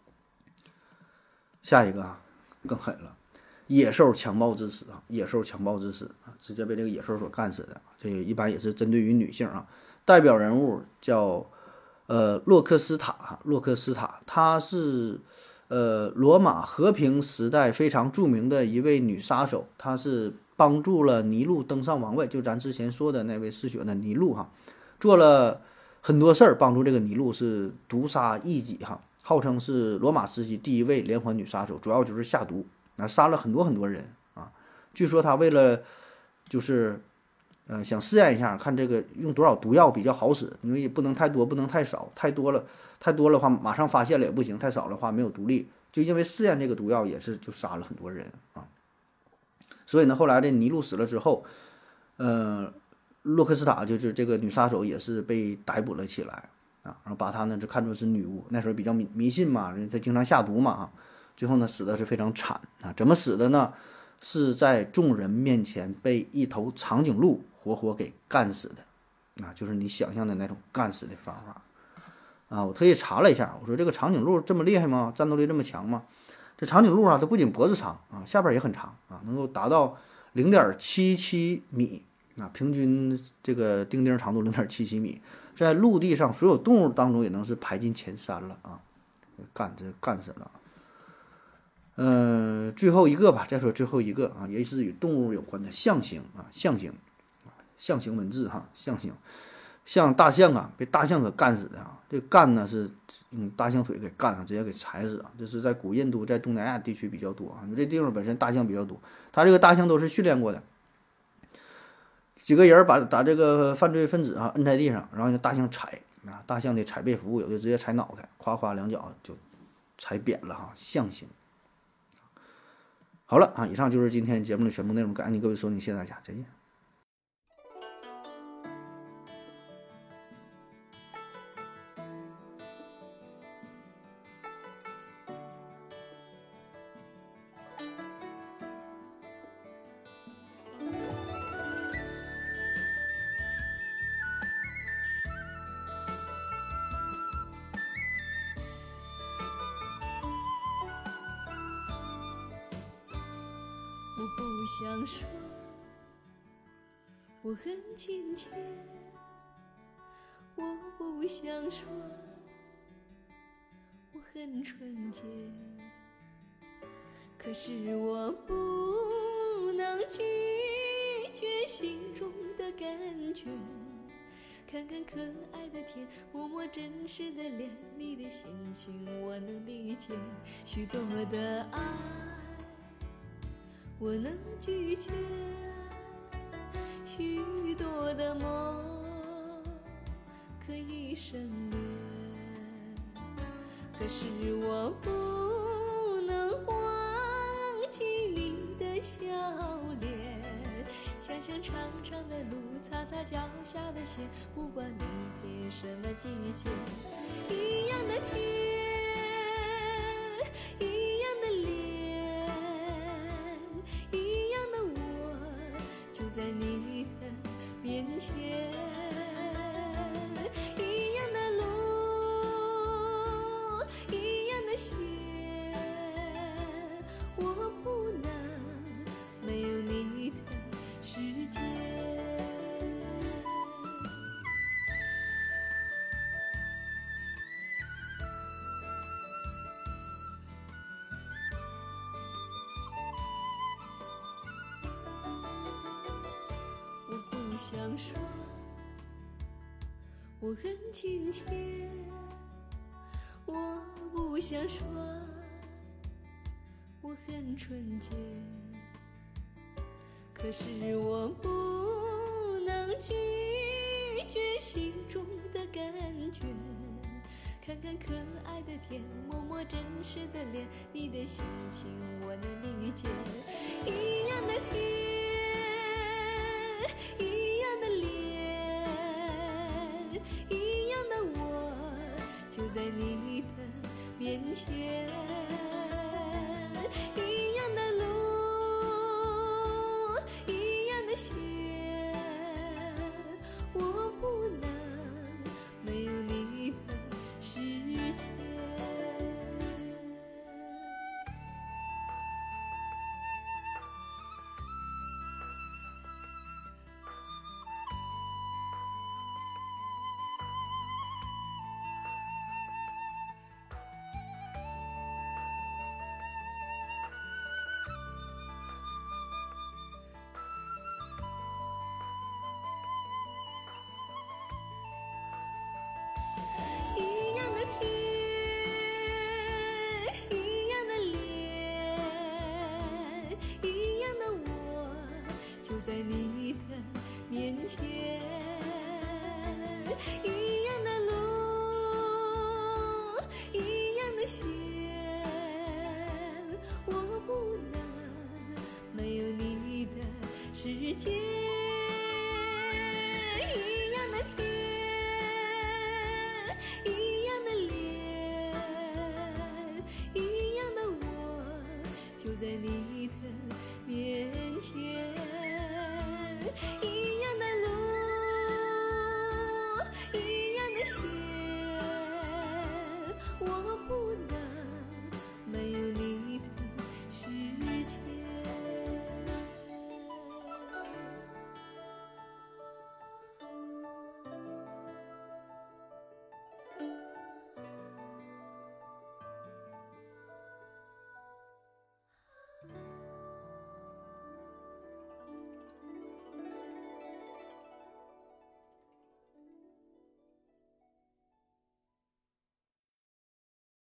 下一个啊，更狠了。野兽强暴致死啊！野兽强暴致死啊！直接被这个野兽所干死的。这一般也是针对于女性啊。代表人物叫呃洛克斯塔，洛克斯塔，她是呃罗马和平时代非常著名的一位女杀手，她是帮助了尼禄登上王位，就咱之前说的那位嗜血的尼禄哈，做了很多事儿，帮助这个尼禄是毒杀异己哈，号称是罗马时期第一位连环女杀手，主要就是下毒。啊，杀了很多很多人啊！据说他为了就是，呃，想试验一下，看这个用多少毒药比较好使，因为也不能太多，不能太少，太多了，太多的话马上发现了也不行，太少的话没有毒力。就因为试验这个毒药，也是就杀了很多人啊。所以呢，后来这尼禄死了之后，呃，洛克斯塔就是这个女杀手也是被逮捕了起来啊，然后把她呢就看作是女巫，那时候比较迷迷信嘛，她经常下毒嘛啊。最后呢，死的是非常惨啊！怎么死的呢？是在众人面前被一头长颈鹿活活给干死的，啊，就是你想象的那种干死的方法啊！我特意查了一下，我说这个长颈鹿这么厉害吗？战斗力这么强吗？这长颈鹿啊，它不仅脖子长啊，下边也很长啊，能够达到零点七七米啊，平均这个钉钉长度零点七七米，在陆地上所有动物当中也能是排进前三了啊！干这干死了。呃，最后一个吧，再说最后一个啊，也是与动物有关的象形啊，象形啊，象形文字哈，象形，像大象啊，被大象给干死的啊，这干呢是用大象腿给干啊，直接给踩死啊，这是在古印度，在东南亚地区比较多啊，这地方本身大象比较多，他这个大象都是训练过的，几个人把把这个犯罪分子啊摁在地上，然后让大象踩啊，大象的踩背服务有的直接踩脑袋，夸夸两脚就踩扁了哈，象形。好了啊，以上就是今天节目的全部内容，感谢您各位收听，谢谢大家，再见。 我不想说我很亲切，我不想说我很纯洁，可是我不能拒绝心中的感觉，看看可爱的天，摸摸真实的脸，你的心情我能理解，许多的爱我能拒绝，许多的梦可以省略，可是我不能忘记你的笑脸，想想长长的路，擦擦脚下的鞋，不管明天什么季节，一样的天，一样的脸，在你的面前，一样的路，一样的鞋，我不能没有你的世界。 想说我很亲切，我不想说我很纯洁，可是我不能拒绝心中的感觉。看看可爱的天，摸摸真实的脸，你的心情我能理解。一样的天，一样的脸，一样的我，就在你的面前。一样的路，一样的线，我不能没有你的世界。一样的天，一样的脸，一样的我，就在你的面前。一样的路，一样的线，我不能没有你的世界。